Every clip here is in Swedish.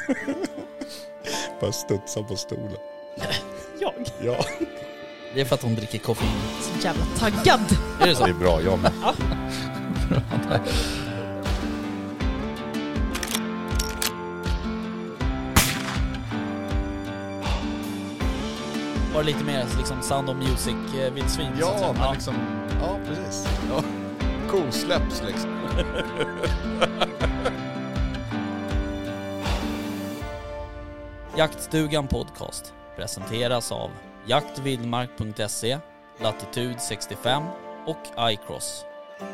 Bara studsa på stolen. Jag? Ja. Det är för att hon dricker koffein. Så jävla taggad. Är det så? Det är bra, jag med. Ja. Var det lite mer liksom Sound of Music-vildsvin? Ja, men liksom... Ja, precis. Ja. Kosläpps liksom. Jaktstugan podcast presenteras av jaktvildmark.se, Latitude 65 och iCross.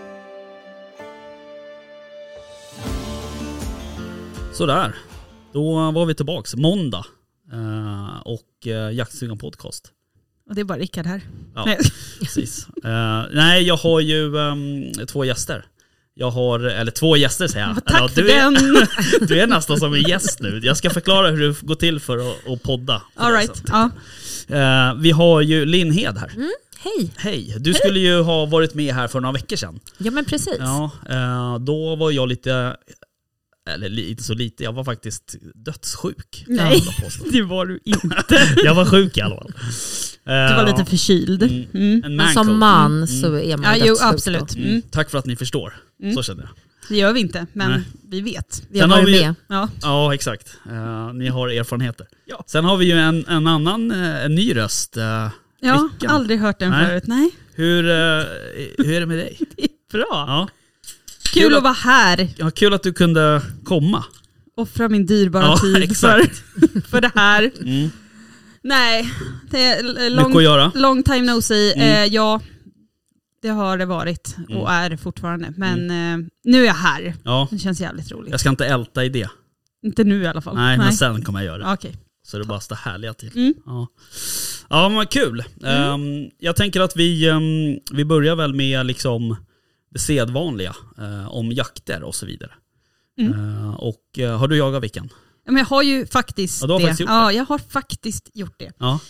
Sådär, då var vi tillbaks måndag och Jaktstugan podcast. Och det är bara Rickard här. Ja, precis. Nej, jag har ju 2 gäster. Jag har, eller 2 gäster säger jag. Tack för den. Du är nästan som en gäst nu. Jag ska förklara hur det går till för att podda. All right. Ja. Vi har ju Linn Hed här. Hej. Hej. Du skulle ju ha varit med här för några veckor sedan. Ja, men precis. Ja, då var jag lite... Eller inte så lite, jag var faktiskt dödssjuk. Nej, det var du inte. Jag var sjuk i alla fall. Du var lite förkyld. Men som man så är man jo, dödssjuk absolut. Tack för att ni förstår. Så känner jag. Det gör vi inte, men Nej. vi vet. Vi har varit med. Ja, exakt. Ni har erfarenheter. Ja. Sen har vi ju en annan en ny röst. Ja, Vickan. aldrig hört den Nej. förut. Nej. Hur är det med dig? Det är bra. Ja. Kul att vara här. Ja, kul att du kunde komma. Offra min dyrbara tid exakt. för det här. Nej, det är Mycket att göra. long time no see. Ja, det har det varit och är fortfarande. Men nu är jag här. Ja. Det känns jävligt roligt. Jag ska inte älta i det. Inte nu i alla fall. Nej, men sen kommer jag göra det. Okej. Så det bara står härliga till. Ja, men kul. Jag tänker att vi börjar väl med liksom det sedvanliga om jakter och så vidare. Och har du jagat Vickan? Men jag har ju faktiskt du har det. faktiskt gjort det. Ja, jag har faktiskt gjort det. Ja.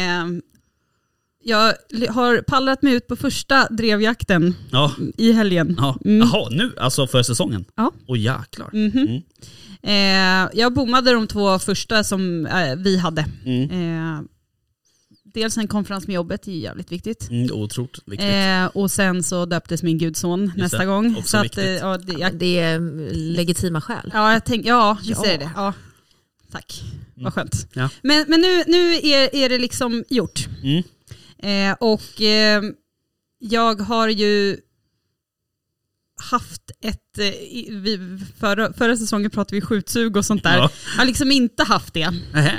Jag har pallrat mig ut på första drevjakten i helgen. Ja. Jaha, nu? Alltså för säsongen? Ja. Åh jäklar. Jag bommade de 2 första som vi hade. Dels en konferens med jobbet, det är jävligt viktigt. Otroligt viktigt. Och sen så döptes min gudson nästa gång. Också så att, viktigt. Det är legitima skäl. Ja, jag tänkte, visst är det. Ja. Tack, vad skönt. Ja. Men nu är det liksom gjort. Och jag har ju haft förra säsongen pratade vi skjutsug och sånt där. Ja. Jag har liksom inte haft det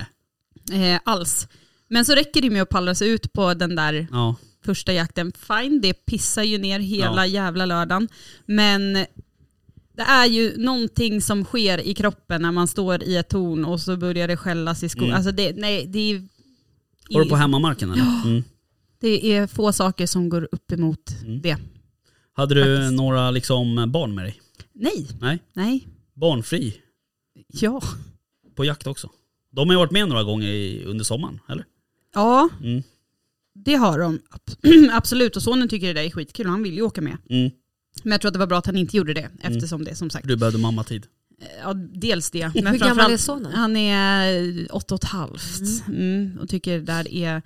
alls. Men så räcker det med att pallra sig ut på den där första jakten. Fine, det pissar ju ner hela jävla lördagen. Men det är ju någonting som sker i kroppen när man står i ett torn och så börjar det skällas i skogen. Alltså det är... Var du på hemmamarken eller? Ja, det är få saker som går upp emot det. Hade du några liksom barn med dig? Nej. Barnfri? Ja. På jakt också? De har ju varit med några gånger under sommaren, eller? Ja, det har de. Absolut, och sonen tycker det där är skitkul och han vill ju åka med. Men jag tror att det var bra att han inte gjorde det eftersom det som sagt. Du behövde mammatid. Ja, dels det. Men hur gammal är sonen? Han är 8,5 och tycker det där är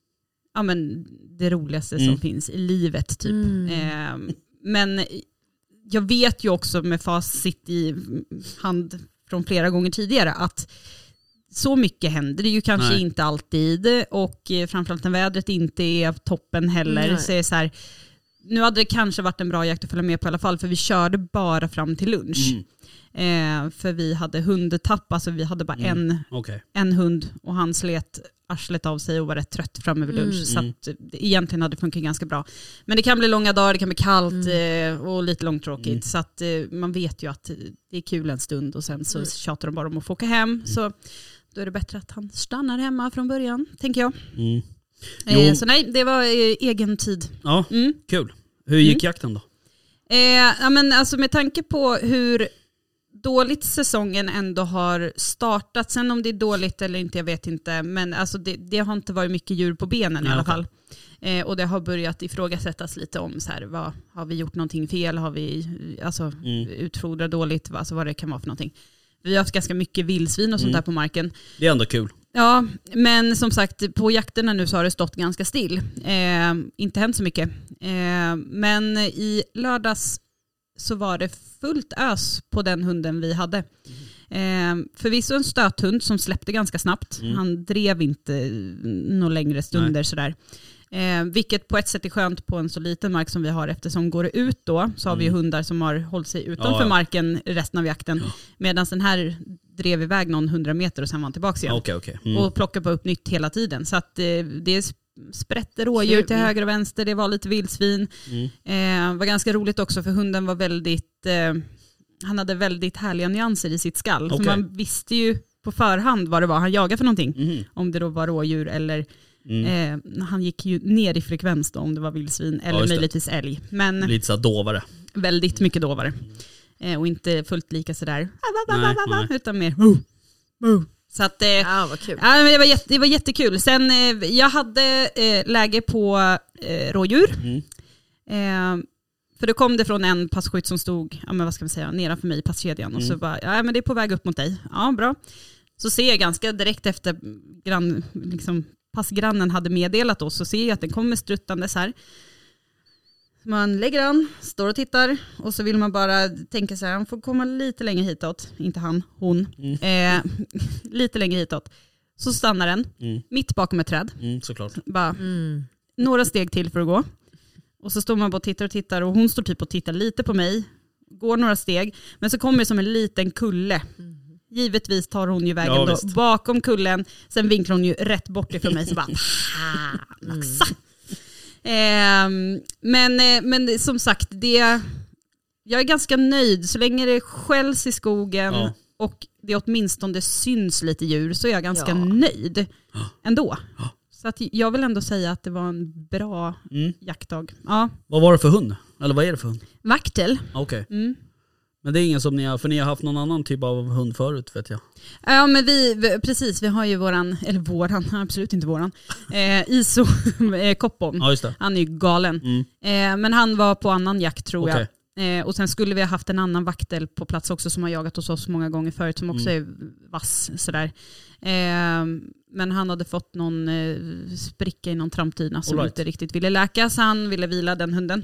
det roligaste som finns i livet typ. Men jag vet ju också med facit i hand från flera gånger tidigare att så mycket händer det ju kanske inte alltid och framförallt när vädret inte är toppen heller. Så är det så här, nu hade det kanske varit en bra jakt att följa med på i alla fall för vi körde bara fram till lunch. För vi hade hundtapp, alltså vi hade bara en hund och han slet arslet av sig och var rätt trött fram över lunch. Så att egentligen hade det funkat ganska bra. Men det kan bli långa dagar, det kan bli kallt och lite långtråkigt. Så att man vet ju att det är kul en stund och sen så tjatar de bara om att få åka hem. Så då är det bättre att han stannar hemma från början, tänker jag. Så nej, det var egen tid. Ja, kul. Hur gick jakten då? Men alltså med tanke på hur dåligt säsongen ändå har startat. Sen om det är dåligt eller inte, jag vet inte. Men alltså det har inte varit mycket djur på benen i alla fall. Och det har börjat ifrågasättas lite om så här, har vi gjort någonting fel? Har vi utfodrat dåligt? Alltså vad det kan vara för någonting. Vi har haft ganska mycket vildsvin och sånt där på marken. Det är ändå kul. Ja, men som sagt på jakterna nu så har det stått ganska still. Inte hänt så mycket. Men i lördags så var det fullt ös på den hunden vi hade. Förvisso en stöthund som släppte ganska snabbt. Han drev inte några längre stunder sådär. Vilket på ett sätt är skönt på en så liten mark som vi har, eftersom går det ut då så har vi ju hundar som har hållit sig utanför marken resten av jakten, medan den här drev iväg någon 100 meter och sen var han tillbaka igen. Och plockade på upp nytt hela tiden, så att det sprätte rådjur till höger och vänster, det var lite vildsvin. Var ganska roligt också för hunden var väldigt han hade väldigt härliga nyanser i sitt skall, så man visste ju på förhand vad det var han jagade för någonting, om det då var rådjur eller han gick ju ner i frekvens då, om det var vildsvin eller möjligtvis älg. Men lite så dovare. Väldigt mycket dovare. Och inte fullt lika sådär utan mer så att vad kul. Det var jättekul. Sen jag hade läge på rådjur. För då kom det från en passkytt som stod vad ska man säga, nedanför mig i passkedjan och så bara, men det är på väg upp mot dig. Ja, bra. Så ser jag ganska direkt efter passgrannen hade meddelat oss, så ser jag att den kommer struttande så här. Man lägger den, står och tittar och så vill man bara tänka så här, han får komma lite längre hitåt. Inte han, hon. Lite längre hitåt. Så stannar den mitt bakom ett träd. Såklart. Bara några steg till för att gå. Och så står man bara och tittar och hon står typ och tittar lite på mig. Går några steg. Men så kommer det som en liten kulle. Givetvis tar hon ju vägen då bakom kullen. Sen vinklar hon ju rätt bort ifrån mig. Så bara, men som sagt, jag är ganska nöjd. Så länge det skälls i skogen och det åtminstone syns lite djur, så är jag ganska nöjd ändå. Så att jag vill ändå säga att det var en bra jaktdag. Ja. Vad var det för hund? Eller vad är det för hund? Vaktel. Okej. Men det är ingen som ni har haft någon annan typ av hund förut, vet jag. Ja, men vi har ju våran, absolut inte våran, Iso Koppon. Ja, just det. Han är ju galen. Men han var på annan jakt tror jag. Och sen skulle vi ha haft en annan vaktel på plats också som har jagat hos oss många gånger förut, som också är vass sådär. Men han hade fått någon spricka i någon trampdyna som inte riktigt ville läka, så han ville vila den hunden.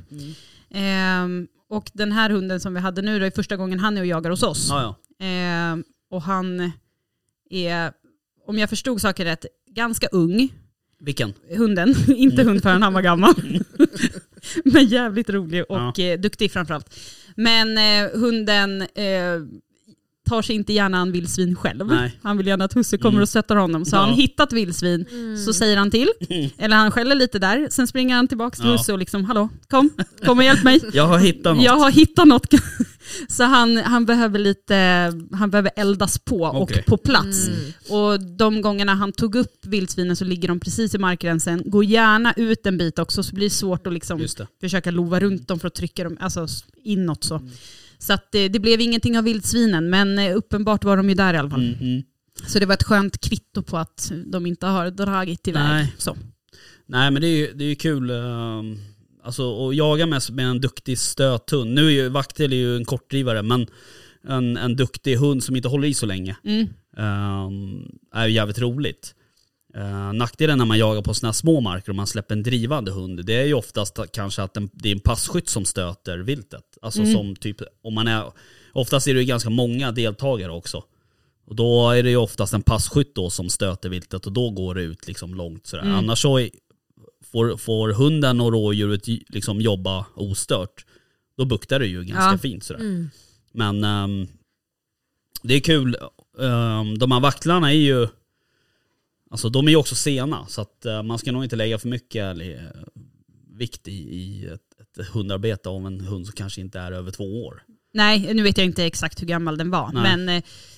Och den här hunden som vi hade nu, det är första gången han är och jagar hos oss. Och han är, om jag förstod saker rätt, ganska ung. Vilken? Hunden, inte hund förrän han var gammal. Men jävligt rolig och duktig framförallt. Men hunden tar sig inte gärna en vildsvin själv. Nej. Han vill gärna att husse kommer och sätter honom. Så har han hittat vildsvin så säger han till. Eller han skäller lite där. Sen springer han tillbaka till husse och liksom, hallå, kom och hjälp mig. Jag har hittat något. Så han behöver eldas på och på plats. Och de gångerna han tog upp vildsvinen så ligger de precis i markgränsen. Gå gärna ut en bit också, så blir det svårt att liksom försöka lova runt dem för att trycka dem inåt så. Så att det blev ingenting av vildsvinen, men uppenbart var de ju där i alla fall. Så det var ett skönt kvitto på att de inte har dragit iväg. Nej, men det är ju kul alltså, att jaga med en duktig stöthund. Nu är ju vaktel ju en kortdrivare, men en duktig hund som inte håller i så länge är ju jävligt roligt. Nackdelen när man jagar på såna små marker och man släpper en drivande hund, det är ju oftast kanske att det är en passkytt som stöter viltet. Alltså som typ, oftast är det ju ganska många deltagare också. Och då är det ju oftast en passkytt då som stöter viltet, och då går det ut liksom långt sådär. Annars så får hunden och rådjuret liksom jobba ostört. Då buktar det ju ganska fint sådär. Men det är kul. De här vaktlarna är ju, alltså de är ju också sena, så att man ska nog inte lägga för mycket vikt i ett hundarbete av en hund som kanske inte är över 2 år. Nej, nu vet jag inte exakt hur gammal den var. Men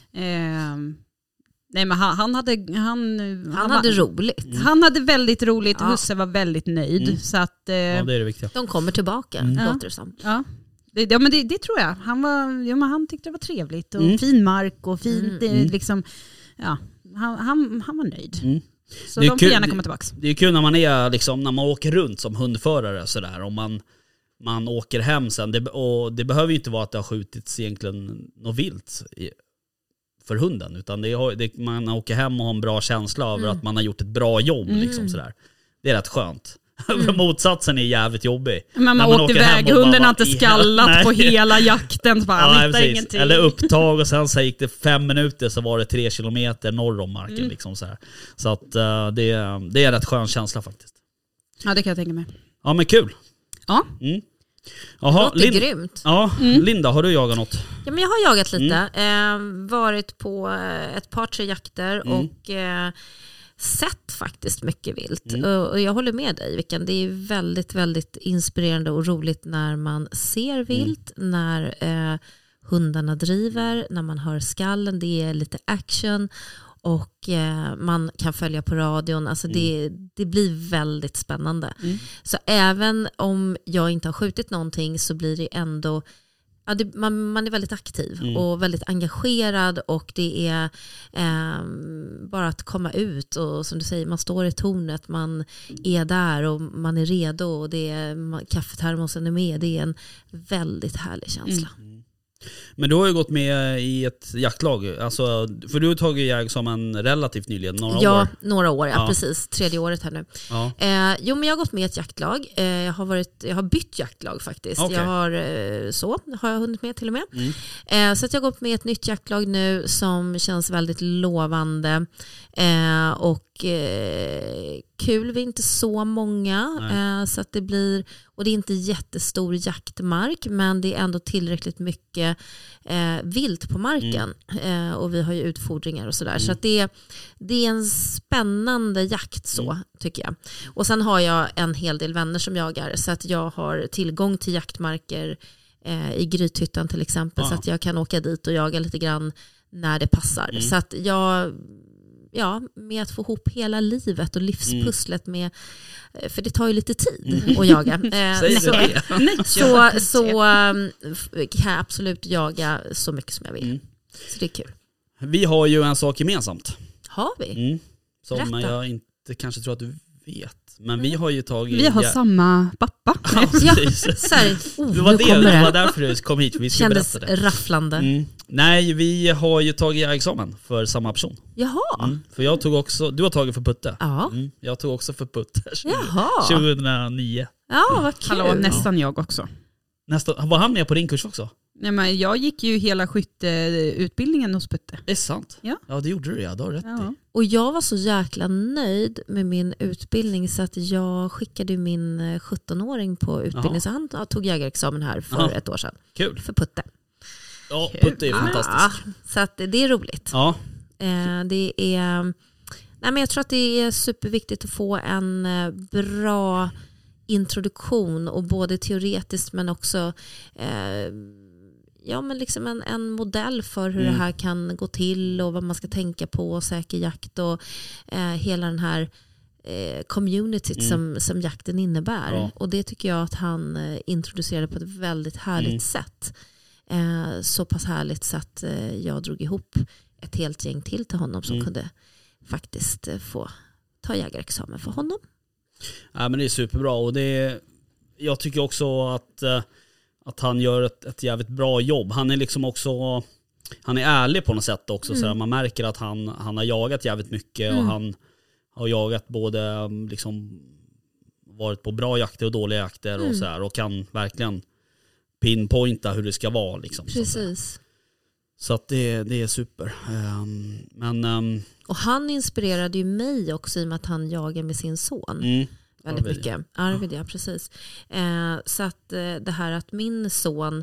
men han hade roligt. Han hade väldigt roligt. Husse var väldigt nöjd. Så att, det är det viktiga. De kommer tillbaka, låter det som. Men det tror jag. Han tyckte det var trevligt. Och fin mark och fint. Liksom, han var nöjd. Så de får gärna komma tillbaka. Det är kul när man är liksom, när man åker runt som hundförare sådär, om man åker hem sen, och det behöver ju inte vara att det har skjutits egentligen något vilt för hunden, utan man åker hem och har en bra känsla över att man har gjort ett bra jobb. Liksom, sådär. Det är rätt skönt. Motsatsen är jävligt jobbig. Men man åkte iväg, hunden har inte skallat på hela jakten. Så bara, hittar ingenting. Eller upptag och sen så gick det 5 minuter så var det 3 kilometer norr om marken. Liksom, så att det är en rätt skön känsla faktiskt. Ja, det kan jag tänka mig. Ja, men kul. Ja. Jaha, det låter grymt. Ja, Linda, har du jagat något? Ja, men jag har jagat lite. Varit på ett par 3 jakter och sett faktiskt mycket vilt. Och jag håller med dig, Vickan. Det är väldigt, väldigt inspirerande och roligt när man ser vilt, när hundarna driver, när man hör skallen, det är lite action och man kan följa på radion. Alltså det blir väldigt spännande. Så även om jag inte har skjutit någonting så blir det ändå... Ja, man är väldigt aktiv och väldigt engagerad, och det är bara att komma ut och som du säger, man står i tornet, man är där och man är redo och det är, kaffetermosen är med. Det är en väldigt härlig känsla. Men du har ju gått med i ett jaktlag, alltså, för du har tagit jägarexamen relativt nyligen, några år. Några år, ja, precis. 3:e året här nu. Ja. Men jag har gått med i ett jaktlag. Jag har bytt jaktlag faktiskt. Okay. Jag har jag hunnit med till och med. Så att jag har gått med i ett nytt jaktlag nu som känns väldigt lovande. Och kul, vi är inte så många, så att det blir, och det är inte jättestor jaktmark, men det är ändå tillräckligt mycket vilt på marken, och vi har ju utfodringar och sådär, så att det är en spännande jakt så, tycker jag. Och sen har jag en hel del vänner som jagar, så att jag har tillgång till jaktmarker i Grythyttan till exempel, så att jag kan åka dit och jaga lite grann när det passar. Så att med att få ihop hela livet och livspusslet med, för det tar ju lite tid att jaga. Så kan jag absolut jaga så mycket som jag vill. Så det är kul. Vi har ju en sak gemensamt. Har vi? Som Rätta. Jag inte kanske tror att du vet. Men vi har ju tagit... Vi har samma pappa. Ja, precis. Det var därför du kom hit. Vi ska kändes berätta det. Rafflande. Nej, vi har ju tagit jägarexamen för samma person. Jaha. För jag tog också... Du har tagit för Putte. Ja. Jag tog också för Putte. 2009. Ja, vad kul. Hallå, nästan jag också. Var han med på din kurs också? Nej, men jag gick ju hela skytteutbildningen hos Putte. Det är sant. Ja, det gjorde du. Ja, du har rätt i. Och jag var så jäkla nöjd med min utbildning så att jag skickade min 17-åring på utbildning. Så han tog jägarexamen här för ett år sedan. Kul. För Putte. Ja, Putte är fantastisk. Så att det är roligt. Ja. Det är... Nej, men jag tror att det är superviktigt att få en bra introduktion, och både teoretiskt men också men liksom en modell för hur det här kan gå till och vad man ska tänka på, säker jakt och hela den här communityt som jakten innebär. Ja. Och det tycker jag att han introducerade på ett väldigt härligt sätt. Så pass härligt så att jag drog ihop ett helt gäng till honom som kunde faktiskt få ta jägarexamen för honom. Ja, men det är superbra, och jag tycker också att han gör ett jävligt bra jobb. Han är liksom också, han är ärlig på något sätt också, så man märker att han har jagat jävligt mycket, och han har jagat både liksom varit på bra jakter och dåliga jakter och så här, och kan verkligen pinpointa hur det ska vara liksom. Precis. Så att det är super. Och han inspirerade ju mig också i och med att han jagar med sin son. Väldigt mycket. Arvid, ja, precis. Så att det här att min son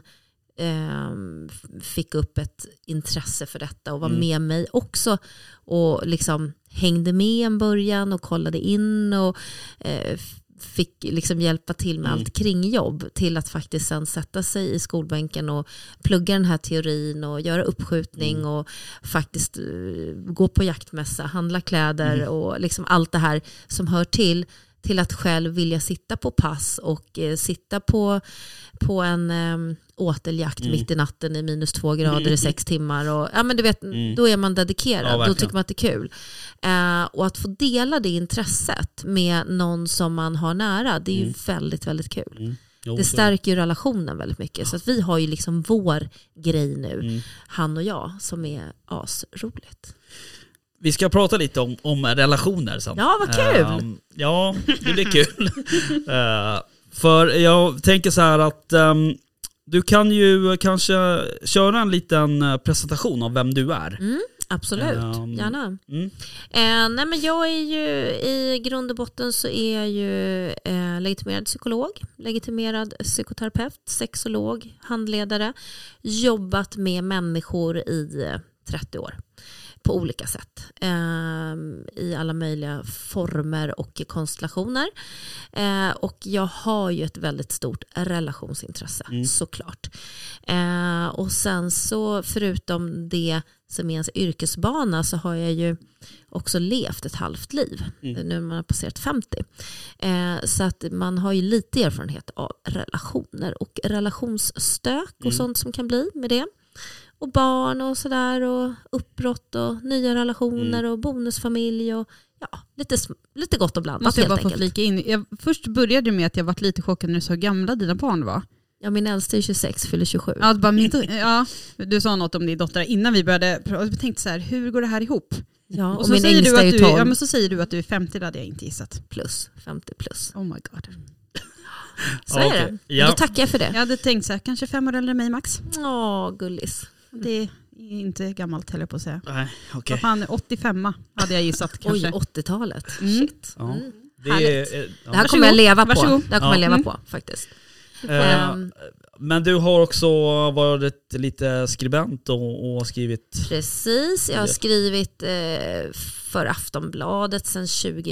fick upp ett intresse för detta och var med mig också och liksom hängde med en början och kollade in och fick liksom hjälpa till med allt kringjobb, till att faktiskt sen sätta sig i skolbänken och plugga den här teorin och göra uppskjutning och faktiskt gå på jaktmässa, handla kläder och liksom allt det här som hör till att själv vilja sitta på pass och sitta på en åteljakt mitt i natten i -2 grader i 6 timmar. Och, ja, men du vet, då är man dedikerad. Ja, då tycker man att det är kul. Och att få dela det intresset med någon som man har nära, det är ju väldigt, väldigt kul. Det stärker ju relationen väldigt mycket. Så att vi har ju liksom vår grej nu, han och jag, som är asroligt. Vi ska prata lite om relationer sen. Ja, vad kul! Ja, det blir kul. För jag tänker så här att du kan ju kanske köra en liten presentation av vem du är. Absolut, gärna. Nej, men jag är ju i grund och botten så är jag ju legitimerad psykolog, legitimerad psykoterapeut, sexolog, handledare. Jobbat med människor i 30 år på olika sätt. I alla möjliga former och konstellationer. Och jag har ju ett väldigt stort relationsintresse, såklart. Och sen så förutom det som är ens yrkesbana så har jag ju också levt ett halvt liv. Nu när man har passerat 50. Så att man har ju lite erfarenhet av relationer och relationsstök och sånt som kan bli med det. Och barn och sådär och uppbrott och nya relationer och bonusfamilj och ja, lite gott och blandat. Måste jag helt bara få enkelt. flika in. Först började med att jag var lite chockad när du sa hur gamla dina barn var. Ja, min äldsta är 26, fyller 27. Ja, du sa något om din dotter innan vi började. Jag tänkte så här, hur går det här ihop? Ja, och så min säger yngsta är ju 12. Ja, men så säger du att du är 50, det hade jag inte gissat. Plus, 50 plus. Oh my god. Så är det. Ja. Då tackar jag för det. Jag hade tänkt så här, kanske 5 år äldre än mig max. Gullis. Det är inte gammalt heller på att säga. Nej, okej. Fan, 85 hade jag gissat kanske. Oj, 80-talet. Shit. Ja. Härligt. Det här Varsågod. kommer jag leva på. Varsågod. Det här kommer jag leva på faktiskt. Men du har också varit lite skribent och skrivit... Precis, jag har skrivit för Aftonbladet sedan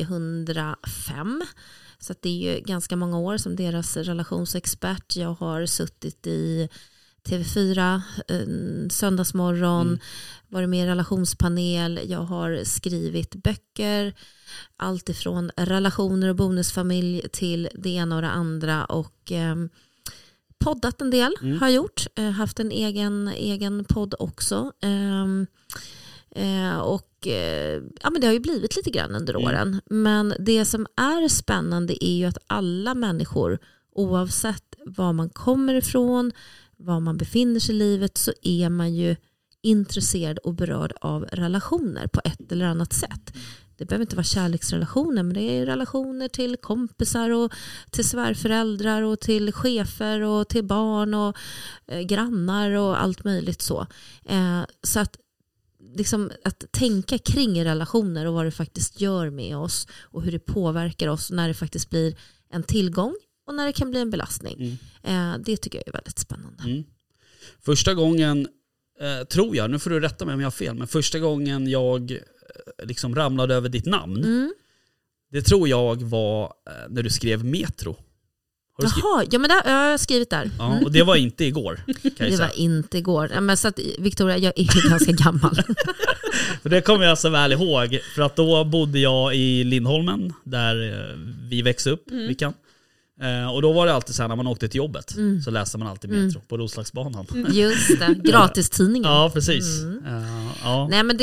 2005. Så att det är ju ganska många år som deras relationsexpert. Jag har suttit i TV4, Söndagsmorgon, varit med i relationspanel. Jag har skrivit böcker, allt ifrån relationer och bonusfamilj till det ena och det andra. Och poddat en del har jag gjort. Haft en egen podd också. Men det har ju blivit lite grann under åren. Men det som är spännande är ju att alla människor, oavsett var man kommer ifrån, var man befinner sig i livet, så är man ju intresserad och berörd av relationer på ett eller annat sätt. Det behöver inte vara kärleksrelationer, men det är relationer till kompisar och till svärföräldrar och till chefer och till barn och grannar och allt möjligt så. Så att liksom att tänka kring relationer och vad det faktiskt gör med oss och hur det påverkar oss när det faktiskt blir en tillgång och när det kan bli en belastning. Det tycker jag är väldigt spännande. Första gången, tror jag, nu får du rätta mig om jag har fel, men första gången jag liksom ramlade över ditt namn, det tror jag var när du skrev Metro. Jaha, ja men där, jag har skrivit där. Ja, och det var inte igår, kan jag det säga. var inte igår. Ja, men så att, Victoria, jag är ganska gammal. För det kommer jag så väl ihåg, för att då bodde jag i Lindholmen där vi växte upp, Vickan. Och då var det alltid så här när man åkte till jobbet så läste man alltid Metro på Roslagsbanan. Just det, gratistidningen. Ja, precis. Ja. Nej, men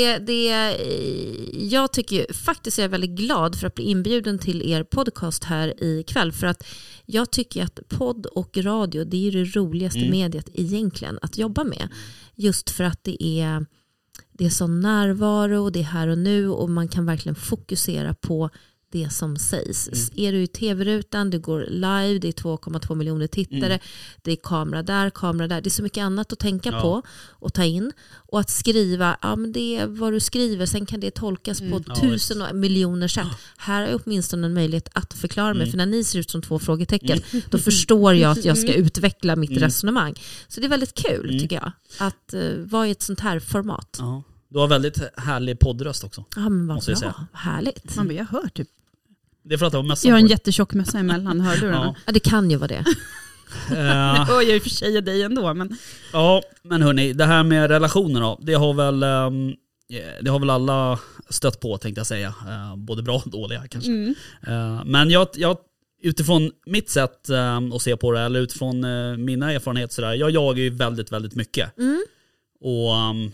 jag tycker ju, faktiskt är jag väldigt glad för att bli inbjuden till er podcast här ikväll, för att jag tycker att podd och radio, det är det roligaste mediet egentligen att jobba med. Just för att det är sån närvaro och det är här och nu och man kan verkligen fokusera på det som sägs. Är du i tv-rutan, det går live, det är 2,2 miljoner tittare, det är kamera där, det är så mycket annat att tänka på och ta in. Och att skriva, ja men det är vad du skriver, sen kan det tolkas på 1000 och miljoner sätt. Här är åtminstone en möjlighet att förklara mig, för när ni ser ut som 2 frågetecken, då förstår jag att jag ska utveckla mitt resonemang. Så det är väldigt kul tycker jag, att vara i ett sånt här format. Ja. Du har väldigt härlig poddröst också. Ja men vad måste jag bra, säga. härligt. Man har hört typ. Det är för att det var mössan Jag har en på. jättetjock mössa emellan, hör du den? Ja, det kan ju vara det. Jag är i och för sig dig ändå. Men... Ja, men hörni, det här med relationer då, det har väl alla stött på, tänkte jag säga. Både bra och dåliga kanske. Men jag utifrån mitt sätt att se på det, eller utifrån mina erfarenheter sådär, jag jagar ju väldigt, väldigt mycket. Och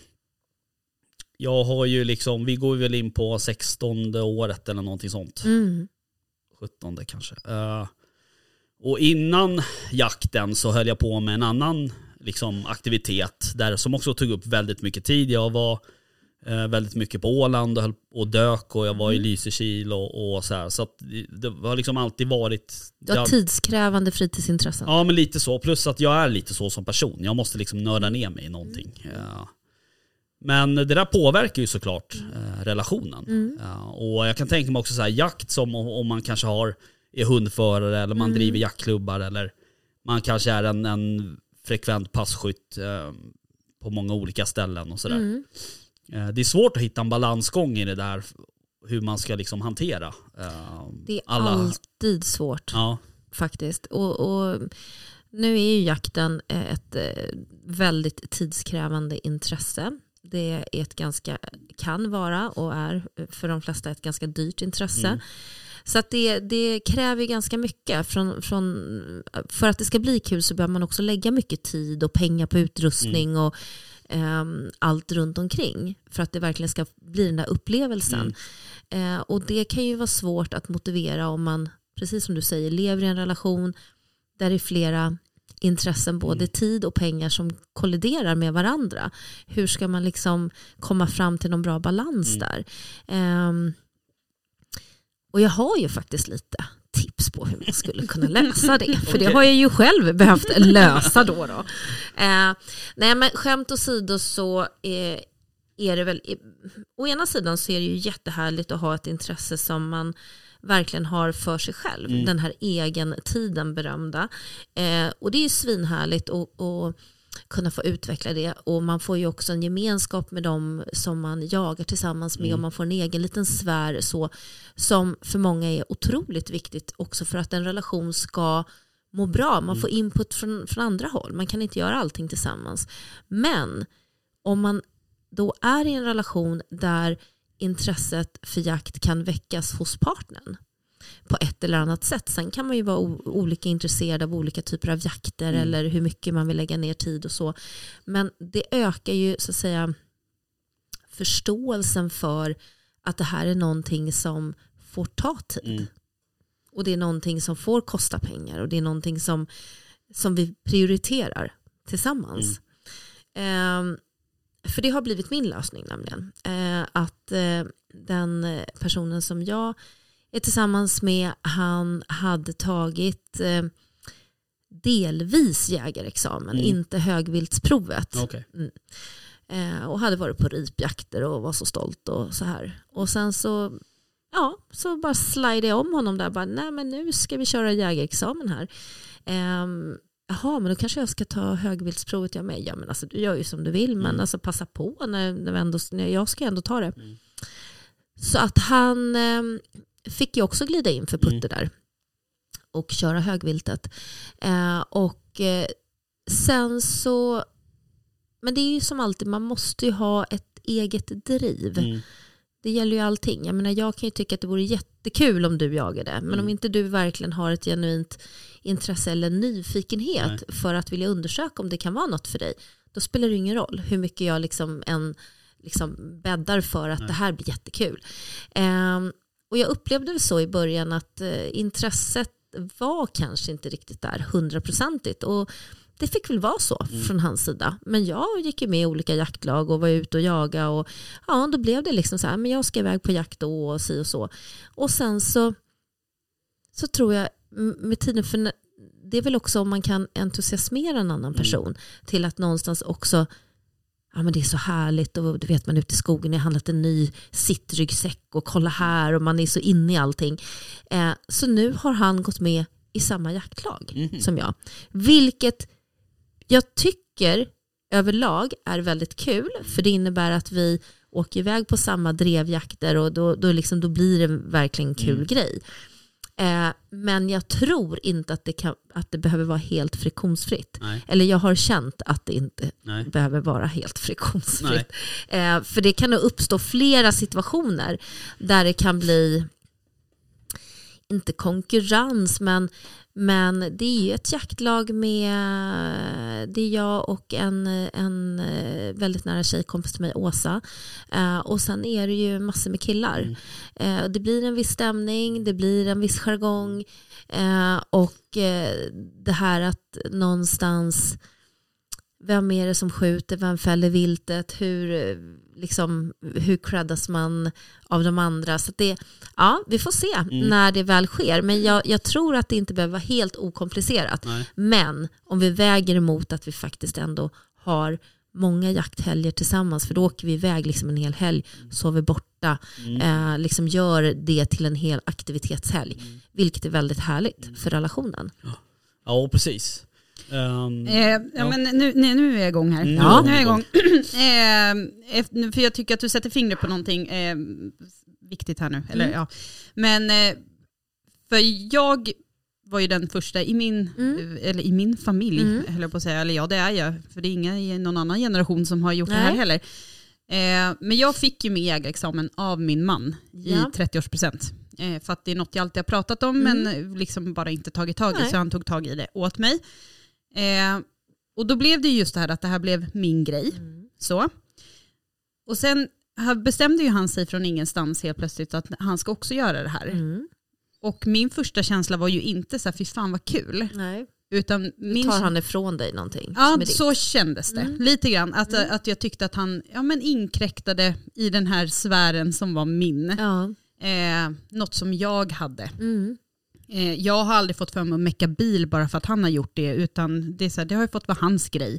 jag har ju liksom, vi går väl in på 16:e året eller någonting sånt. 17:e kanske. Och innan jakten så höll jag på med en annan liksom aktivitet där som också tog upp väldigt mycket tid. Jag var väldigt mycket på Åland och dök och jag var i Lysekil och så här. Så att det har liksom alltid varit... Du har tidskrävande fritidsintressen. Ja, men lite så. Plus att jag är lite så som person. Jag måste liksom nörda ner mig i någonting. Ja. Men det där påverkar ju såklart relationen. Ja, och jag kan tänka mig också så här, jakt som om man kanske är hundförare eller man driver jaktklubbar eller man kanske är en frekvent passkytt på många olika ställen och sådär. Det är svårt att hitta en balansgång i det där, hur man ska liksom hantera det är alltid svårt faktiskt. Och nu är ju jakten ett väldigt tidskrävande intresse. Det är kan vara och är för de flesta ett ganska dyrt intresse. Så att det kräver ganska mycket. För att det ska bli kul så behöver man också lägga mycket tid och pengar på utrustning och allt runt omkring. För att det verkligen ska bli den där upplevelsen. Och det kan ju vara svårt att motivera om man, precis som du säger, lever i en relation där det är flera intressen, både tid och pengar som kolliderar med varandra. Hur ska man liksom komma fram till någon bra balans där? Och jag har ju faktiskt lite tips på hur man skulle kunna lösa det. För det har jag ju själv behövt lösa då. Nej, men skämt åsido så är det väl... Å ena sidan så är det ju jättehärligt att ha ett intresse som man verkligen har för sig själv. Den här egen tiden berömda. Och det är ju svinhärligt att kunna få utveckla det. Och man får ju också en gemenskap med dem som man jagar tillsammans med. Och man får en egen liten sfär så, som för många är otroligt viktigt också för att en relation ska må bra. Man får input från andra håll. Man kan inte göra allting tillsammans. Men om man då är i en relation där intresset för jakt kan väckas hos partnern på ett eller annat sätt. Sen kan man ju vara olika intresserad av olika typer av jakter eller hur mycket man vill lägga ner tid och så. Men det ökar ju så att säga förståelsen för att det här är någonting som får ta tid. Och det är någonting som får kosta pengar och det är någonting som vi prioriterar tillsammans. För det har blivit min lösning nämligen. Att den personen som jag är tillsammans med, han hade tagit delvis jägarexamen, inte högviltsprovet. Och hade varit på ripjakter och var så stolt och så här. Och sen så bara slide jag om honom där. Bara, nej men nu ska vi köra jägarexamen här. Jaha, men då kanske jag ska ta högviltsprovet jag med. Ja, men alltså du gör ju som du vill, men alltså passa på när jag ska ändå ta det. Så att han fick ju också glida in för Putte där och köra högviltet. Sen så, men det är ju som alltid, man måste ju ha ett eget driv. Det gäller ju allting. Jag menar, jag kan ju tycka att det vore jättekul om du jagade. Men om inte du verkligen har ett genuint intresse eller nyfikenhet för att vilja undersöka om det kan vara något för dig, då spelar det ingen roll hur mycket jag liksom bäddar för att det här blir jättekul. Och jag upplevde det så i början att intresset var kanske inte riktigt där 100%. Och det fick väl vara så från hans sida. Men jag gick ju med i olika jaktlag och var ute och jaga. Och ja, då blev det liksom så här, men jag ska iväg på jakt då och si och så. Och sen så tror jag med tiden, för det är väl också om man kan entusiasmera en annan person till att någonstans också, ja men det är så härligt och du vet man ute i skogen, jag har handlat en ny sittryggsäck och kolla här och man är så inne i allting. Så nu har han gått med i samma jaktlag som jag. Vilket jag tycker överlag är väldigt kul, för det innebär att vi åker iväg på samma drevjakter och då blir det verkligen en kul grej. Men jag tror inte att det behöver vara helt friktionsfritt. Nej. Eller jag har känt att det inte behöver vara helt friktionsfritt. För det kan nog uppstå flera situationer där det kan bli, inte konkurrens, men Men det är ju ett jaktlag med, det är jag och en väldigt nära tjejkompis till mig, Åsa. Och sen är det ju massor med killar. Det blir en viss stämning, det blir en viss jargong. Och det här att någonstans, vem är det som skjuter, vem fäller viltet, hur creddas man av de andra. Så det, ja, vi får se när det väl sker. Men jag tror att det inte behöver vara helt okomplicerat. Nej. Men om vi väger emot att vi faktiskt ändå har många jakthelger tillsammans, för då åker vi iväg liksom en hel helg, sover borta, liksom gör det till en hel aktivitetshelg, vilket är väldigt härligt för relationen. Ja, precis. Men nu är jag igång här. Nu är jag igång. För jag tycker att du sätter fingret på någonting viktigt här nu. Eller, ja. Men för jag var ju den första i min familj, höll jag på att säga. Eller ja, det är jag. För det är inga i någon annan generation som har gjort det här heller. Men jag fick ju min jägarexamen av min man i 30-årspresent. För att det är något jag alltid har pratat om, men liksom bara inte tagit tag i. Så han tog tag i det åt mig. Och då blev det just det här att det här blev min grej. Så. Och sen bestämde ju han sig från ingenstans helt plötsligt att han ska också göra det här. Och min första känsla var ju inte så här, fy fan vad kul. Nej. Utan tar han ifrån dig någonting? Ja, så kändes det. Lite grann. Att jag tyckte att han inkräktade i den här sfären som var min. Ja. Något som jag hade. Jag har aldrig fått för mig att mecka bil bara för att han har gjort det, utan det, är så här, det har ju fått vara hans grej.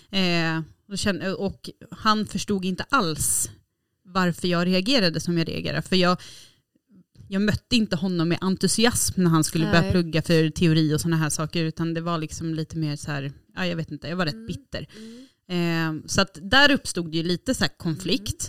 Och han förstod inte alls varför jag reagerade som jag reagerade. För jag mötte inte honom med entusiasm när han skulle börja plugga för teori och såna här saker, utan det var liksom lite mer så här, ja, jag vet inte, jag var rätt bitter. Så att där uppstod det ju lite så här konflikt.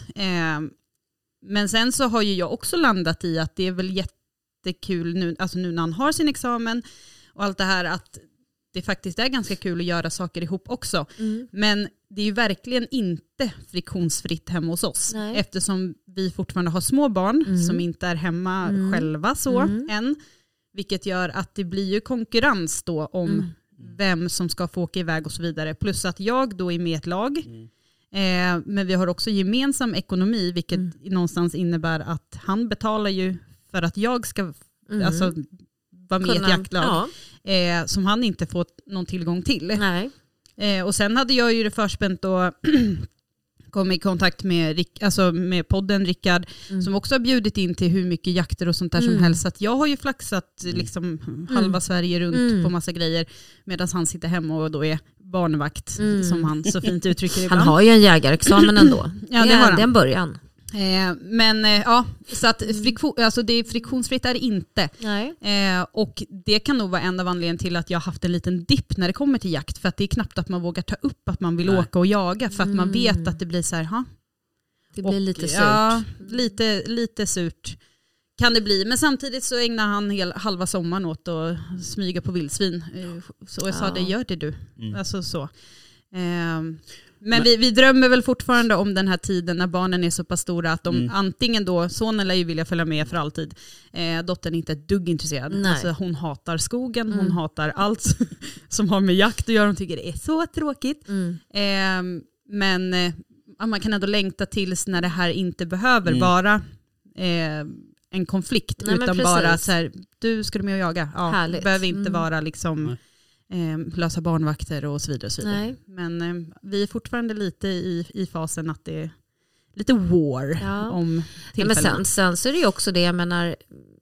Men sen så har ju jag också landat i att det är väl jättekul nu, alltså nu när han har sin examen och allt det här, att det faktiskt är ganska kul att göra saker ihop också. Men det är ju verkligen inte friktionsfritt hemma hos oss. Nej. Eftersom vi fortfarande har små barn som inte är hemma själva så än. Vilket gör att det blir ju konkurrens då om vem som ska få åka iväg och så vidare. Plus att jag då är med ett lag. Men vi har också gemensam ekonomi, vilket någonstans innebär att han betalar ju för att jag ska alltså, vara med i ett jaktlag som han inte får någon tillgång till. Nej. Och sen hade jag ju det förspänt och kom i kontakt med, med podden Rickard som också har bjudit in till hur mycket jakter och sånt där som helst. Så att jag har ju flaxat liksom halva Sverige runt på massa grejer, medan han sitter hemma och då är barnvakt som han så fint uttrycker ibland. Han har ju en jägarexamen ändå. Ja, det har han. Det är en början. Men ja, så att det är friktionsfritt är det inte. Nej. Och det kan nog vara en av anledningarna till att jag har haft en liten dipp när det kommer till jakt, för att det är knappt att man vågar ta upp att man vill åka och jaga, för att man vet att det blir så här, det blir lite surt. Ja, lite surt kan det bli, men samtidigt så ägnar han halva sommaren åt att smyga på vildsvin. Så jag sa, det gör det du. Alltså så. Men vi drömmer väl fortfarande om den här tiden när barnen är så pass stora att de antingen då, sonen lär ju vilja följa med för alltid, dottern är inte ett dugg intresserad. Alltså, hon hatar skogen, hon hatar allt som har med jakt att göra, hon tycker det är så tråkigt. Men man kan ändå längta tills när det här inte behöver vara en konflikt. Nej, utan bara så här, ska du med och jaga? Ja, det behöver inte vara liksom lösa barnvakter och så vidare. Och så vidare. Nej. Men vi är fortfarande lite i fasen att det är lite war om tillfällen. Men sen så är det ju också det, jag menar,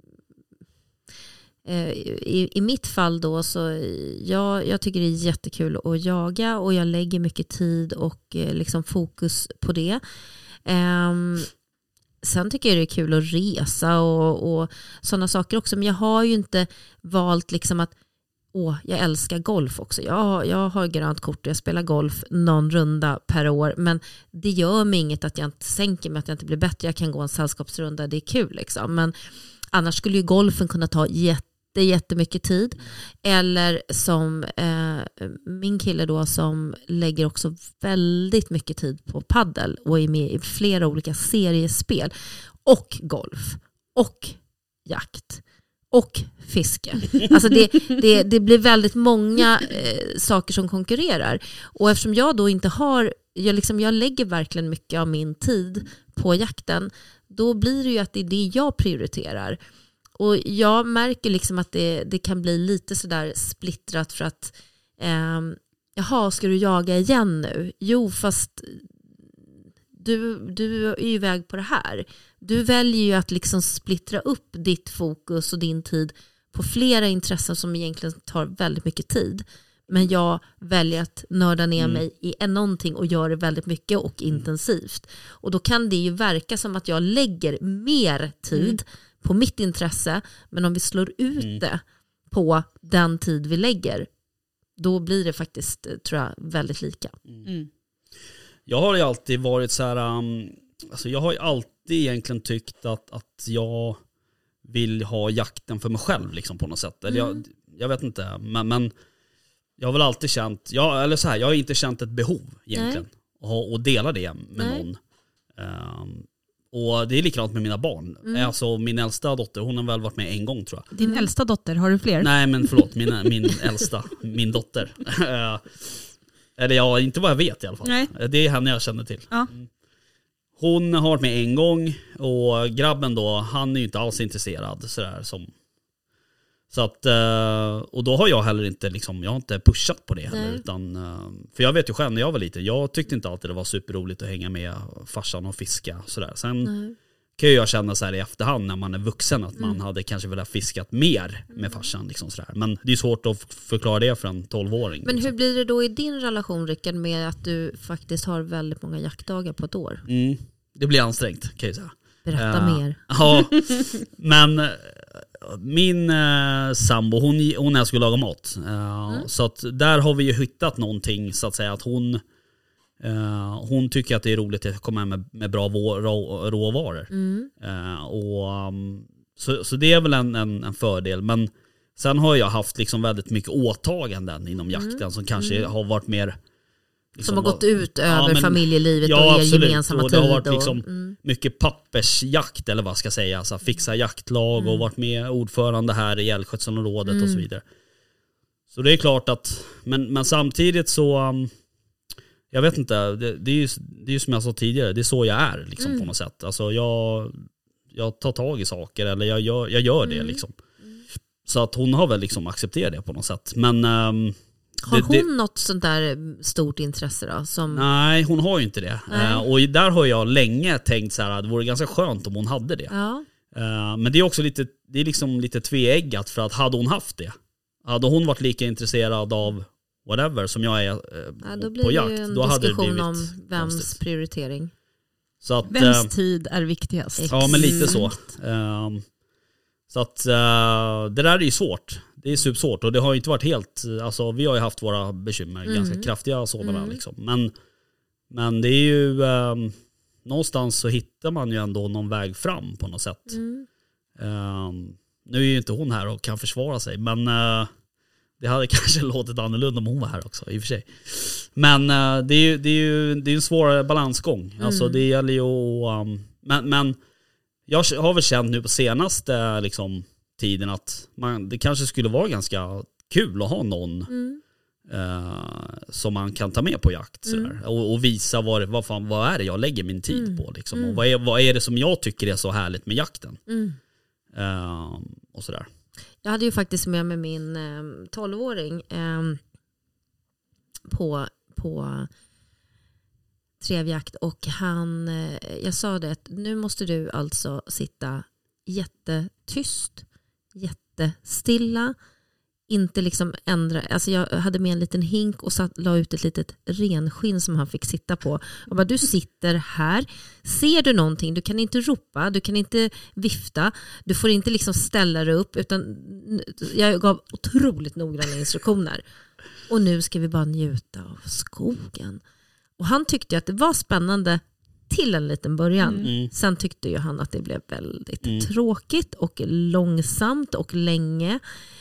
i mitt fall då, så jag tycker det är jättekul att jaga och jag lägger mycket tid och liksom fokus på det. Sen tycker jag det är kul att resa och sådana saker också, men jag har ju inte valt liksom att jag älskar golf också. Jag har grönt kort och jag spelar golf någon runda per år, men det gör mig inget att jag inte sänker mig, att jag inte blir bättre. Jag kan gå en sällskapsrunda, det är kul liksom. Men annars skulle ju golfen kunna ta jättemycket tid. Eller som min kille då, som lägger också väldigt mycket tid på paddel och är med i flera olika seriespel och golf och jakt och fiske. Alltså det blir väldigt många saker som konkurrerar. Och eftersom jag då inte har, jag lägger verkligen mycket av min tid på jakten, då blir det ju att det är det jag prioriterar. Och jag märker liksom att det kan bli lite sådär splittrat för att jaha, ska du jaga igen nu? Jo, fast du är ju iväg på det här. Du väljer ju att liksom splittra upp ditt fokus och din tid på flera intressen som egentligen tar väldigt mycket tid. Men jag väljer att nörda ner mig i någonting och gör det väldigt mycket och intensivt. Och då kan det ju verka som att jag lägger mer tid på mitt intresse, men om vi slår ut det på den tid vi lägger, då blir det faktiskt, tror jag, väldigt lika. Jag har ju alltid varit så här, alltså jag har ju alltid egentligen tyckt att jag vill ha jakten för mig själv liksom på något sätt. Eller jag vet inte, men jag har väl alltid känt, jag har inte känt ett behov egentligen och dela det med någon. Och det är likadant med mina barn. Alltså min äldsta dotter, hon har väl varit med en gång tror jag. Din äldsta dotter, har du fler? Nej men förlåt, min äldsta, min dotter. Eller ja, inte vad jag vet i alla fall. Nej. Det är henne jag känner till. Ja. Hon har varit med en gång och grabben då, han är ju inte alls intresserad sådär som. Så att, och då har jag heller inte liksom, jag har inte pushat på det heller, utan, för jag vet ju själv när jag var liten, jag tyckte inte alltid det var superroligt att hänga med farsan och fiska sådär. Sen kan jag känna så här i efterhand när man är vuxen att man hade kanske velat fiskat mer med farsan liksom sådär. Men det är svårt att förklara det för en 12-åring. Men liksom. hur blir det då i din relation, Rickard, med att du faktiskt har väldigt många jaktdagar på ett år? Det blir ansträngt kan jag säga. Berätta mer. Ja, men min sambo, hon älskar att laga mat. Så att där har vi ju hittat någonting så att säga, att hon tycker att det är roligt att komma med bra råvaror. Så det är väl en fördel. Men sen har jag haft liksom väldigt mycket åtaganden inom jakten som kanske har varit mer liksom, som har gått ut över familjelivet och er gemensamma tid. Det har varit liksom mycket pappersjakt eller vad ska jag säga, alltså fixa jaktlag och varit med ordförande här i älgskötselområdet och så vidare. Så det är klart att, men samtidigt så jag vet inte, det är ju som jag sa tidigare, det är så jag är liksom på något sätt. Alltså jag tar tag i saker eller jag gör det liksom. Så att hon har väl liksom accepterat det på något sätt. Men har hon något sånt där stort intresse då? Som... Nej, hon har ju inte det. Och där har jag länge tänkt så här att det vore ganska skönt om hon hade det. Ja. Men det är också lite tveeggat, för att hade hon haft det, hade hon varit lika intresserad av whatever som jag är på jakt, då hade det blivit om vems konstigt. Prioritering. Så att, vems tid är viktigast? Ja, men lite så. Så att det där är ju svårt. Det är supersvårt och det har ju inte varit helt, alltså vi har ju haft våra bekymmer, ganska kraftiga sådana liksom. Men det är ju någonstans så hittar man ju ändå någon väg fram på något sätt. Nu är ju inte hon här och kan försvara sig, men det hade kanske låtit annorlunda om hon var här också i och för sig. Men det är ju en svår balansgång. Alltså det gäller ju att, men jag har väl känt nu på senaste liksom tiden att det kanske skulle vara ganska kul att ha någon som man kan ta med på jakt sådär, och visa vad är det jag lägger min tid på liksom, och vad är det som jag tycker är så härligt med jakten och sådär. Jag hade ju faktiskt med mig min 12-åring på trevjakt, och jag sa det att nu måste du alltså sitta jättetyst, jättestilla, inte liksom ändra. Alltså jag hade med en liten hink och la ut ett litet renskinn som han fick sitta på. Och bara, du sitter här, ser du någonting, du kan inte ropa, du kan inte vifta, du får inte liksom ställa dig upp, utan jag gav otroligt noggranna instruktioner. Och nu ska vi bara njuta av skogen. Och han tyckte att det var spännande till en liten början. Sen tyckte ju han att det blev väldigt tråkigt och långsamt och länge.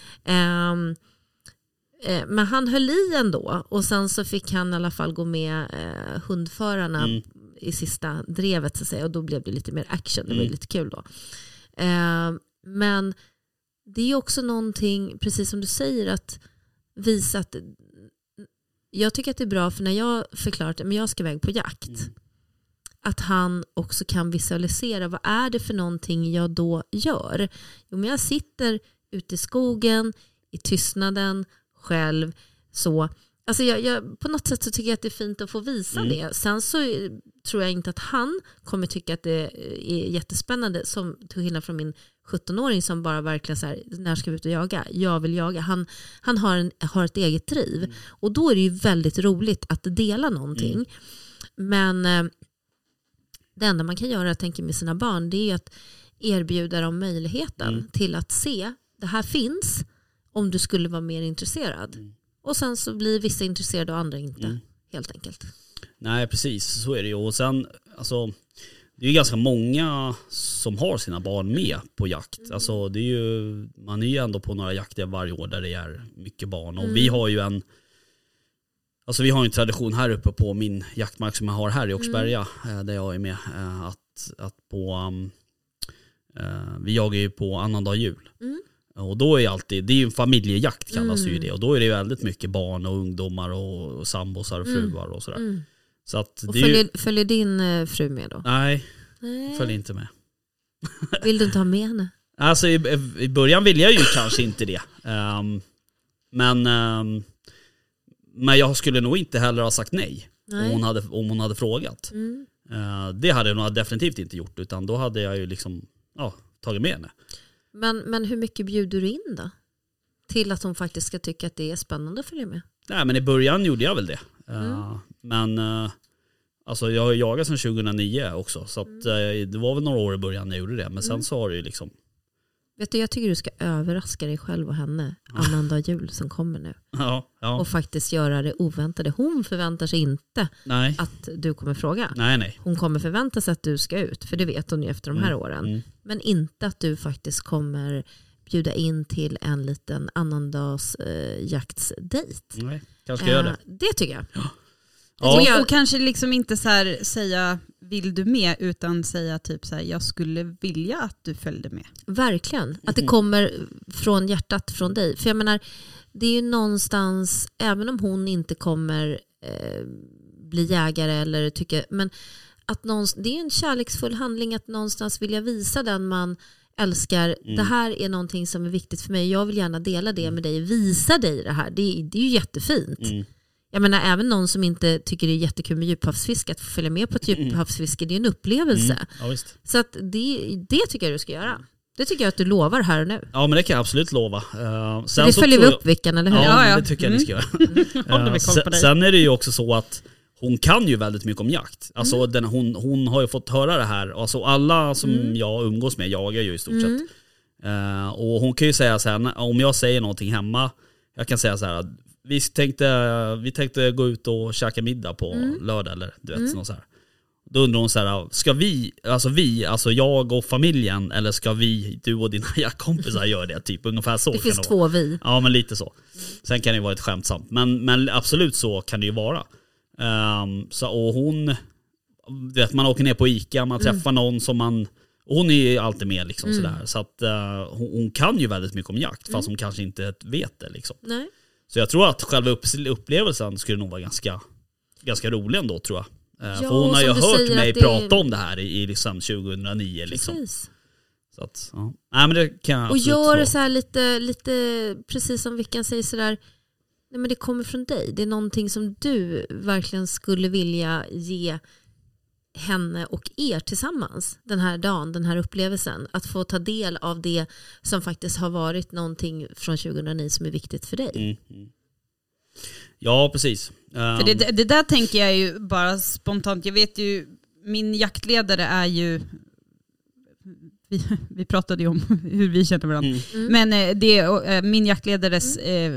Men han höll i ändå, och sen så fick han i alla fall gå med hundförarna i sista drevet så att säga, och då blev det lite mer action. Det var lite kul då. Men det är också någonting, precis som du säger, att visa att jag tycker att det är bra, för när jag förklarat att jag ska iväg på jakt, att han också kan visualisera vad är det för någonting jag då gör. Jo, men jag sitter ute i skogen, i tystnaden, själv, så. Alltså jag, på något sätt så tycker jag att det är fint att få visa det. Sen så tror jag inte att han kommer tycka att det är jättespännande, som till skillnad från min 17-åring som bara verkligen så här, när ska vi ut och jaga? Jag vill jaga. Han har ett eget driv. Och då är det ju väldigt roligt att dela någonting. Men det enda man kan göra, jag tänker, med sina barn, det är ju att erbjuda dem möjligheten till att se, det här finns om du skulle vara mer intresserad. Och sen så blir vissa intresserade och andra inte, helt enkelt. Nej, precis. Så är det ju. Och sen, alltså, det är ju ganska många som har sina barn med på jakt. Alltså, det är ju, man är ju ändå på några jakter varje år där det är mycket barn. Och vi har ju vi har en tradition här uppe på min jaktmark som jag har här i Oxberga, där jag är med, vi jagar ju på annandag jul. Och då är det är ju en familjejakt kallas ju det. Och då är det ju väldigt mycket barn och ungdomar och sambosar och fruar och sådär. Så att och det följer din fru med då? Nej, följer inte med. Vill du inte ha med henne? Alltså i början vill jag ju kanske inte det. Men jag skulle nog inte heller ha sagt nej. Om hon hade frågat. Det hade jag nog definitivt inte gjort, utan då hade jag ju liksom tagit med henne. Men hur mycket bjuder du in då? Till att hon faktiskt ska tycka att det är spännande att följa med? Nej, men i början gjorde jag väl det. Men alltså jag har jagat sedan 2009 också. Så att, det var väl några år i början när jag gjorde det. Men sen så har det ju liksom... Vet du, jag tycker du ska överraska dig själv och henne annandag jul som kommer nu. Ja. Och faktiskt göra det oväntade. Hon förväntar sig inte att du kommer fråga. Nej. Hon kommer förvänta sig att du ska ut. För det vet hon ju efter de här åren. Men inte att du faktiskt kommer bjuda in till en liten annandags jaktsdejt. Nej, kanske ska göra det. Det tycker jag. Och kanske liksom inte så här säga vill du med, utan säga typ så här, jag skulle vilja att du följde med. Verkligen. Att det kommer från hjärtat, från dig. För jag menar, det är ju någonstans, även om hon inte kommer bli jägare eller tycker, men att det är en kärleksfull handling att någonstans vilja visa den man älskar. Det här är någonting som är viktigt för mig. Jag vill gärna dela det med dig. Visa dig det här. Det är ju jättefint. Jag menar, även någon som inte tycker det är jättekul med djuphavsfiske, att få följa med på ett djuphavsfiske, det är en upplevelse. Ja, visst. Så att det tycker jag du ska göra. Det tycker jag att du lovar här och nu. Ja, men det kan jag absolut lova. Sen det följer vi upp Vickan, eller hur? Ja, det tycker jag ni ska göra. Sen är det ju också så att hon kan ju väldigt mycket om jakt. Alltså hon har ju fått höra det här. Alltså alla som jag umgås med jagar ju i stort sett. Och hon kan ju säga så här, om jag säger någonting hemma, jag kan säga så här, vi tänkte gå ut och käka middag på lördag eller du vet så här. Då undrar hon så här, ska vi, alltså jag och familjen, eller ska du och dina jaktkompisar göra det, typ ungefär så. Det kan finns det två vara. vi. Ja, men lite så. Sen kan det ju vara ett skämtsamt, men absolut så kan det ju vara. Och hon vet, man åker ner på ICA, man träffar någon som man, och hon är ju alltid med liksom sådär, så att hon kan ju väldigt mycket om jakt, fast hon kanske inte vet det liksom. Nej. Så jag tror att själva upplevelsen skulle nog vara ganska rolig ändå, tror jag. För hon har ju hört mig prata om det här i liksom 2009 liksom. Precis. Så att, ja. Nej, men det kan jag. Och gör det så här lite precis som Vickan säger sådär. Nej, men det kommer från dig. Det är någonting som du verkligen skulle vilja ge henne och er tillsammans den här dagen, den här upplevelsen. Att få ta del av det som faktiskt har varit någonting från 2009 som är viktigt för dig. Ja, precis. För det där tänker jag ju bara spontant. Jag vet ju, min jaktledare är ju, vi pratade ju om hur vi känner varandra. Men min jaktledares,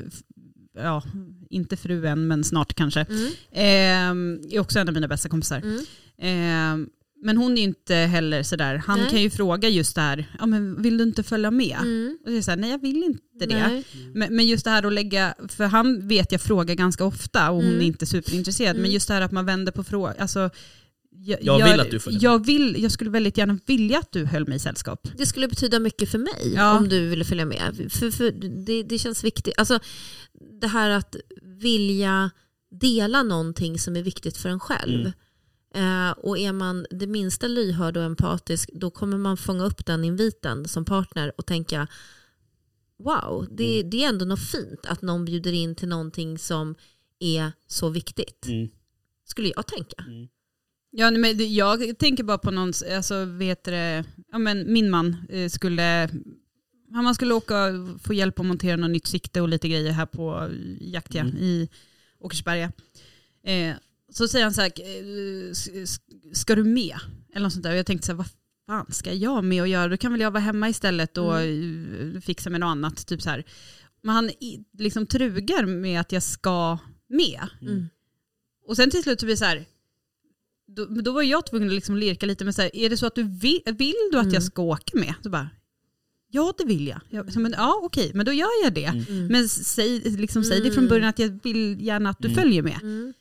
inte fru än, men snart kanske, är också en av mina bästa kompisar. Men hon är ju inte heller sådär. Han kan ju fråga just det här, men vill du inte följa med? Och det är såhär, nej jag vill inte det. Men just det här att lägga, för han vet jag frågar ganska ofta och hon är inte superintresserad. Men just det här att man vänder på frågan, alltså Jag vill att du följer med. Jag skulle väldigt gärna vilja att du höll mig i sällskap. Det skulle betyda mycket för mig om du ville följa med. För det känns viktigt. Alltså, det här att vilja dela någonting som är viktigt för en själv. Och är man det minsta lyhörd och empatisk, då kommer man fånga upp den inviten som partner och tänka wow, det är ändå något fint att någon bjuder in till någonting som är så viktigt. Skulle jag tänka. Ja, men jag tänker bara på någon, alltså min man skulle åka och få hjälp att montera något nytt sikte och lite grejer här på Jaktia i Åkersberga. Så säger han så här, ska du med? Eller något sånt där. Och jag tänkte så här, vad fan ska jag med och göra? Då kan väl jag vara hemma istället och fixa med något annat. Typ så här. Men han liksom trugar med att jag ska med. Och sen till slut så blir det så här, då var jag tvungen att liksom lirka lite med så här, är det så att du vill du att jag ska åka med? Så bara, ja det vill jag. Okej, men då gör jag det. Men säg det från början att jag vill gärna att du följer med.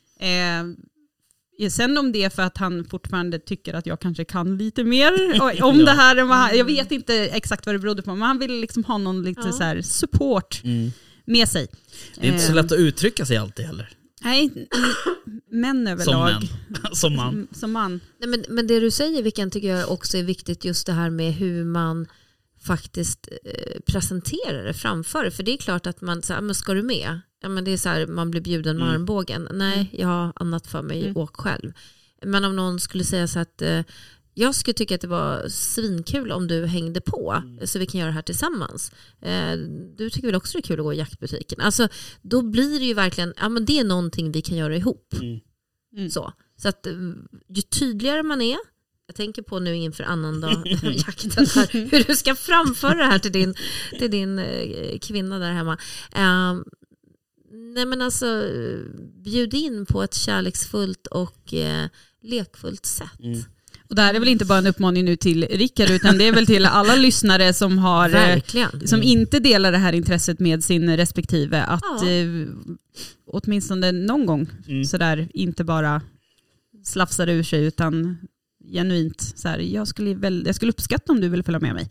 Sen om det är för att han fortfarande tycker att jag kanske kan lite mer om det här. Jag vet inte exakt vad det berodde på, men han vill liksom ha någon lite så här support med sig. Det är inte så lätt att uttrycka sig alltid heller. Nej, män överlag. Som man. Som man. Nej, men det du säger, vilken tycker jag också är viktigt, just det här med hur man faktiskt presenterar det framför. För det är klart att man säger, men ska du med? Ja, men det är så här, man blir bjuden med armbågen. Nej, jag har annat för mig, åk själv. Men om någon skulle säga så att jag skulle tycka att det var svinkul om du hängde på så vi kan göra det här tillsammans. Du tycker väl också det är kul att gå i jaktbutiken. Alltså, då blir det ju verkligen, ja men det är någonting vi kan göra ihop. Så att ju tydligare man är, jag tänker på nu inför annandag jakten här, hur du ska framföra det här till din kvinna där hemma. Nej men alltså, bjud in på ett kärleksfullt och lekfullt sätt. Och det här är väl inte bara en uppmaning nu till Rickard, utan det är väl till alla lyssnare som har som inte delar det här intresset med sin respektive, att åtminstone någon gång sådär inte bara slafsar ur sig, utan genuint så här, jag skulle uppskatta om du ville följa med mig.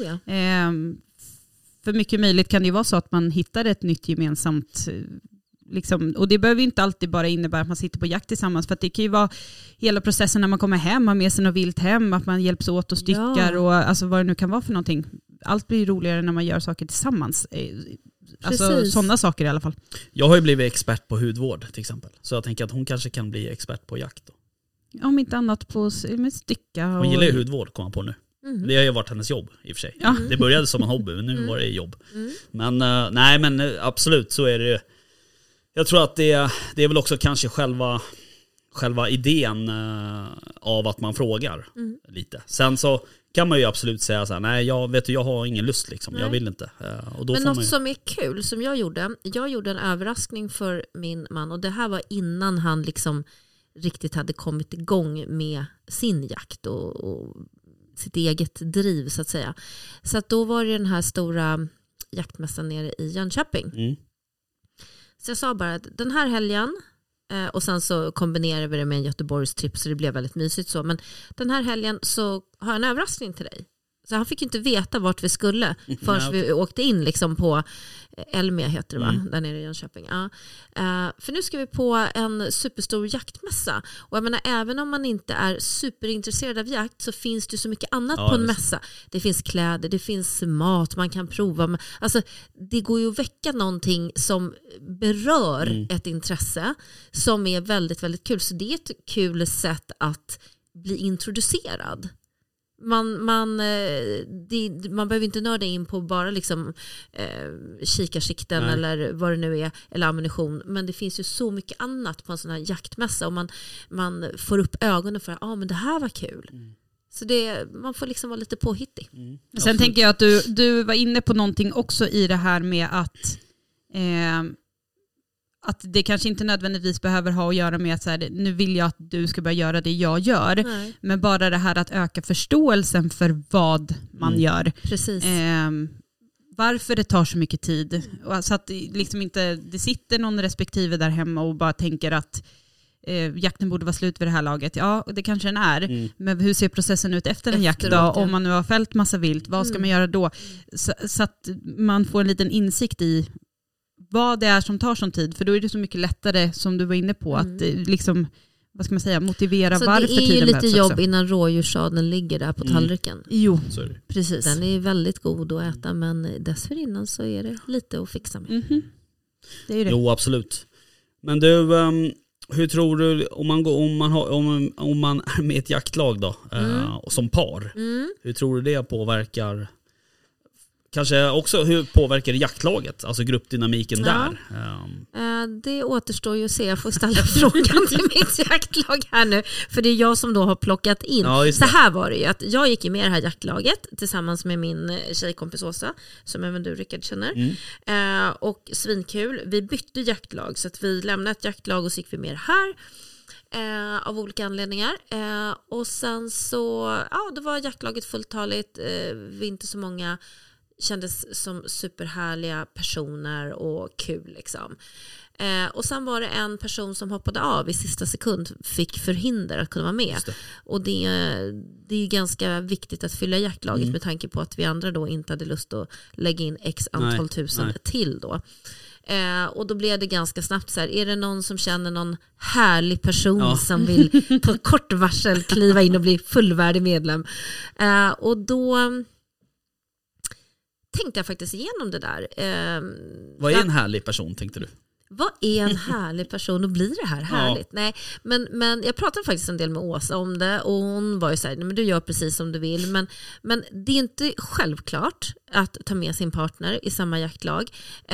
För mycket möjligt kan det ju vara så att man hittar ett nytt gemensamt liksom, och det behöver inte alltid bara innebära att man sitter på jakt tillsammans, för att det kan ju vara hela processen när man kommer hem, har med sig något vilt hem, att man hjälps åt och styckar och alltså vad det nu kan vara för någonting. Allt blir roligare när man gör saker tillsammans. Alltså sådana saker i alla fall. Jag har ju blivit expert på hudvård till exempel, så jag tänker att hon kanske kan bli expert på jakt då. Om inte annat på med stycka. Hon gillar ju hudvård, kommer på nu. Det har ju varit hennes jobb i och för sig. Det började som en hobby, men nu var det jobb. Men nej, men absolut så är det. Jag tror att det är väl också kanske själva idén av att man frågar lite. Sen så kan man ju absolut säga så här, nej jag har ingen lust liksom, jag vill inte. Och då men får något som är kul som jag gjorde en överraskning för min man, och det här var innan han liksom riktigt hade kommit igång med sin jakt och sitt eget driv så att säga. Så att då var det den här stora jaktmässan nere i Jönköping. Så jag sa bara att den här helgen, och sen så kombinerade vi det med en Göteborgstripp så det blev väldigt mysigt så, men den här helgen så har jag en överraskning till dig. Så han fick inte veta vart vi skulle förrän vi åkte in liksom på Elmia heter det va? Där nere i Jönköping. Ja. För nu ska vi på en superstor jaktmässa. Och jag menar, även om man inte är superintresserad av jakt så finns det så mycket annat på en mässa. Det finns kläder, det finns mat, man kan prova. Alltså, det går ju att väcka någonting som berör ett intresse som är väldigt, väldigt kul. Så det är ett kul sätt att bli introducerad. Man behöver inte nörda in på bara liksom, kikarsikten eller vad det nu är, eller ammunition, men det finns ju så mycket annat på en sån här jaktmässa och man får upp ögonen för att men det här var kul. Så man får liksom vara lite påhittig. Sen tänker jag att du var inne på någonting också i det här med att det kanske inte nödvändigtvis behöver ha att göra med att så här, nu vill jag att du ska börja göra det jag gör. Nej. Men bara det här att öka förståelsen för vad man gör. Precis. Varför det tar så mycket tid. Så att liksom inte det sitter någon respektive där hemma och bara tänker att jakten borde vara slut vid det här laget. Ja, det kanske den är. Men hur ser processen ut efter en jakt då? Om man nu har fällt massa vilt, vad ska man göra då? Så att man får en liten insikt i vad det är som tar sån tid. För då är det så mycket lättare, som du var inne på, att liksom, vad ska man säga, motivera så varför tiden behövs. Det är ju lite jobb också innan rådjurssadeln ligger där på tallriken. Jo, Så är det. precis. Den är väldigt god att äta, men dessförinnan så är det lite att fixa med. Det är ju det. Jo, absolut. Men du, hur tror du om man är med ett jaktlag då, och som par, hur tror du det påverkar, kanske också hur påverkar det jaktlaget, alltså gruppdynamiken där? Det återstår ju att se. Jag får ställa frågan till mitt jaktlag här nu, för det är jag som då har plockat in. Så här var det ju, att jag gick med i det här jaktlaget tillsammans med min tjejkompis Åsa, som även du Rickard känner. Och svinkul, vi bytte jaktlag, så att vi lämnade ett jaktlag och så gick vi med här av olika anledningar. Och sen så, då var jaktlaget fulltaligt, vi inte så många, kändes som superhärliga personer och kul liksom. Och sen var det en person som hoppade av i sista sekund, fick förhinder att kunna vara med. Och det är ju ganska viktigt att fylla jaktlaget med tanke på att vi andra då inte hade lust att lägga in x antal tusen till då. Och då blev det ganska snabbt så här, är det någon som känner någon härlig person som vill på kort varsel kliva in och bli fullvärdig medlem? Och då tänkte jag faktiskt igenom det där. Vad är en härlig person, tänkte du? Vad är en härlig person och blir det här härligt? Nej, men jag pratade faktiskt en del med Åsa om det och hon var ju så här, men du gör precis som du vill. Men det är inte självklart att ta med sin partner i samma jaktlag.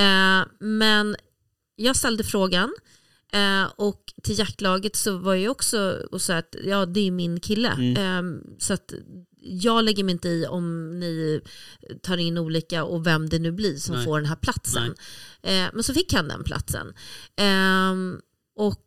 Men jag ställde frågan och till jaktlaget så var jag också och så att det är min kille. Så att jag lägger mig inte i om ni tar in olika och vem det nu blir som får den här platsen. Men så fick han den platsen. Och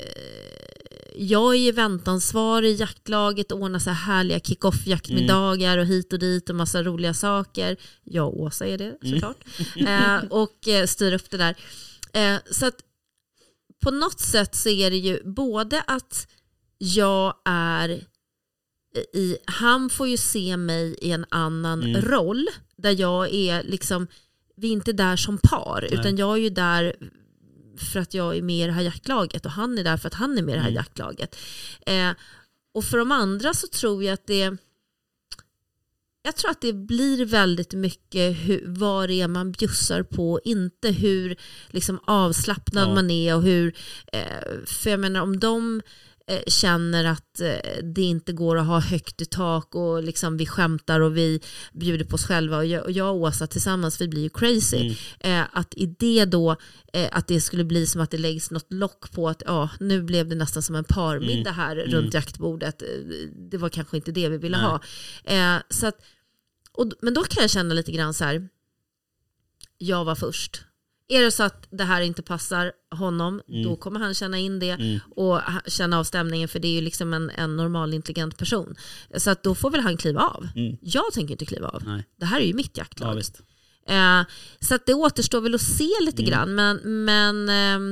jag är ju eventansvarig i jaktlaget och ordnar så här härliga kick-off jaktmiddagar och hit och dit och massa roliga saker. Jag och Åsa är det såklart. Och styr upp det där. Så att på något sätt så är det ju både att jag är han får ju se mig i en annan roll där jag är liksom, vi är inte där som par utan jag är ju där för att jag är med i det här jaktlaget och han är där för att han är med i det här jaktlaget. Och för de andra så tror jag att jag tror att det blir väldigt mycket vad det är man bjussar på, inte hur liksom avslappnad man är och hur, för jag menar om de känner att det inte går att ha högt i tak och liksom vi skämtar och vi bjuder på oss själva och jag och Åsa tillsammans, vi blir ju crazy. Att i det då att det skulle bli som att det läggs något lock på att nu blev det nästan som en parmiddag här runt jaktbordet. Det var kanske inte det vi ville ha. Så att, men då kan jag känna lite grann så här, jag var först. Är det så att det här inte passar honom, då kommer han känna in det och känna av stämningen, för det är ju liksom en normal intelligent person. Så att då får väl han kliva av. Jag tänker inte kliva av. Nej. Det här är ju mitt jaktlag. Ja, visst. Så att det återstår väl att se lite grann. Men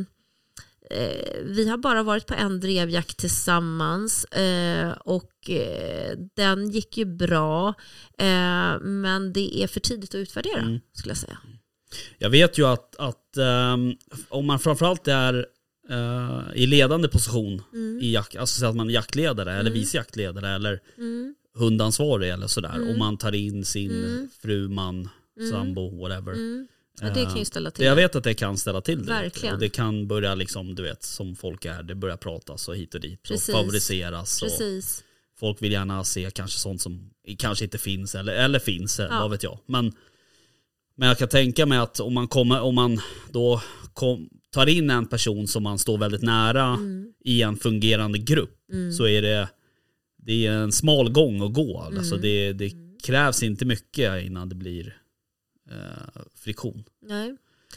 vi har bara varit på en drevjakt tillsammans och den gick ju bra. Men det är för tidigt att utvärdera, skulle jag säga. Jag vet ju att om man framförallt är i ledande position i jakt, alltså så att man är jaktledare eller vice jaktledare eller hundansvarig eller sådär, och man tar in sin fru, man, sambo, whatever. Ja, det kan ju ställa till. Jag vet att det kan ställa till det. Verkligen. Och det kan börja liksom, du vet, som folk är, det börjar pratas och hit och dit. Precis. Och favoriseras. Precis. Och folk vill gärna se kanske sånt som kanske inte finns eller finns, vad vet jag. Men jag kan tänka mig att om man då tar in en person som man står väldigt nära i en fungerande grupp, så är det är en smal gång att gå. Alltså det krävs inte mycket innan det blir friktion.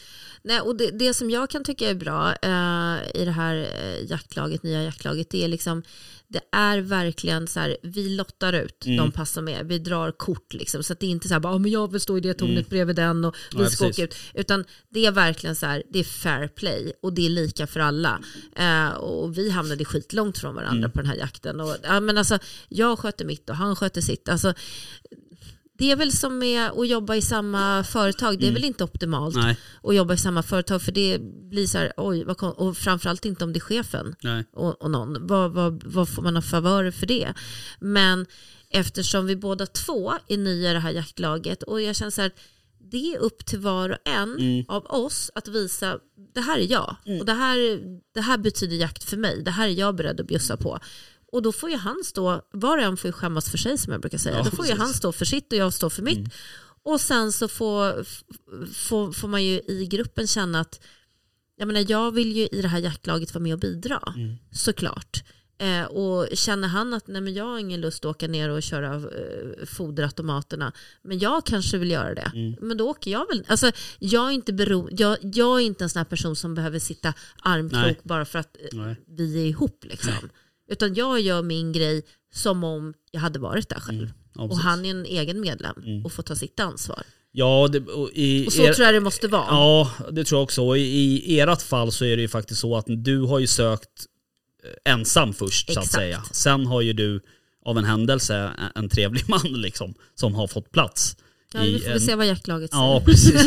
Nej, och det som jag kan tycka är bra i det här jaktlaget, nya jaktlaget, det är liksom, det är verkligen så här, vi lottar ut de pass som är, vi drar kort liksom, så att det är inte så här bara, men jag vill stå i det tornet bredvid den och vi ska åka ut, utan det är verkligen så här, det är fair play och det är lika för alla. Och vi hamnade skitlångt från varandra på den här jakten, och men alltså, jag sköter mitt och han sköter sitt, alltså det är väl som med att jobba i samma företag. Det är väl inte optimalt att jobba i samma företag, för det blir så här, oj, och framförallt inte om det är chefen och någon. Vad får man ha favörer för det? Men eftersom vi båda två är nya i det här jaktlaget, och jag känner så här, det är upp till var och en av oss att visa, det här är jag. Och det här betyder jakt för mig. Det här är jag beredd att bjussa på. Och då får ju han stå, var och en får ju skämmas för sig, som jag brukar säga. Då får ju han stå för sitt och jag står för mitt. Och sen så får man ju i gruppen känna att jag vill ju i det här jaktlaget vara med och bidra. Såklart. Och känner han att nej, men jag har ingen lust att åka ner och köra foderautomaterna, men jag kanske vill göra det, men då åker jag väl. Alltså, jag är inte en sån här person som behöver sitta armkrok bara för att vi är ihop liksom. Utan jag gör min grej som om jag hade varit där själv. Och han är en egen medlem och får ta sitt ansvar. Ja, och så tror jag det måste vara. Ja, det tror jag också. I ert fall så är det ju faktiskt så att du har ju sökt ensam först, så att säga. Sen har ju du av en händelse en trevlig man liksom, som har fått plats. Ja, vi får se vad jaktlaget säger. Ja, precis.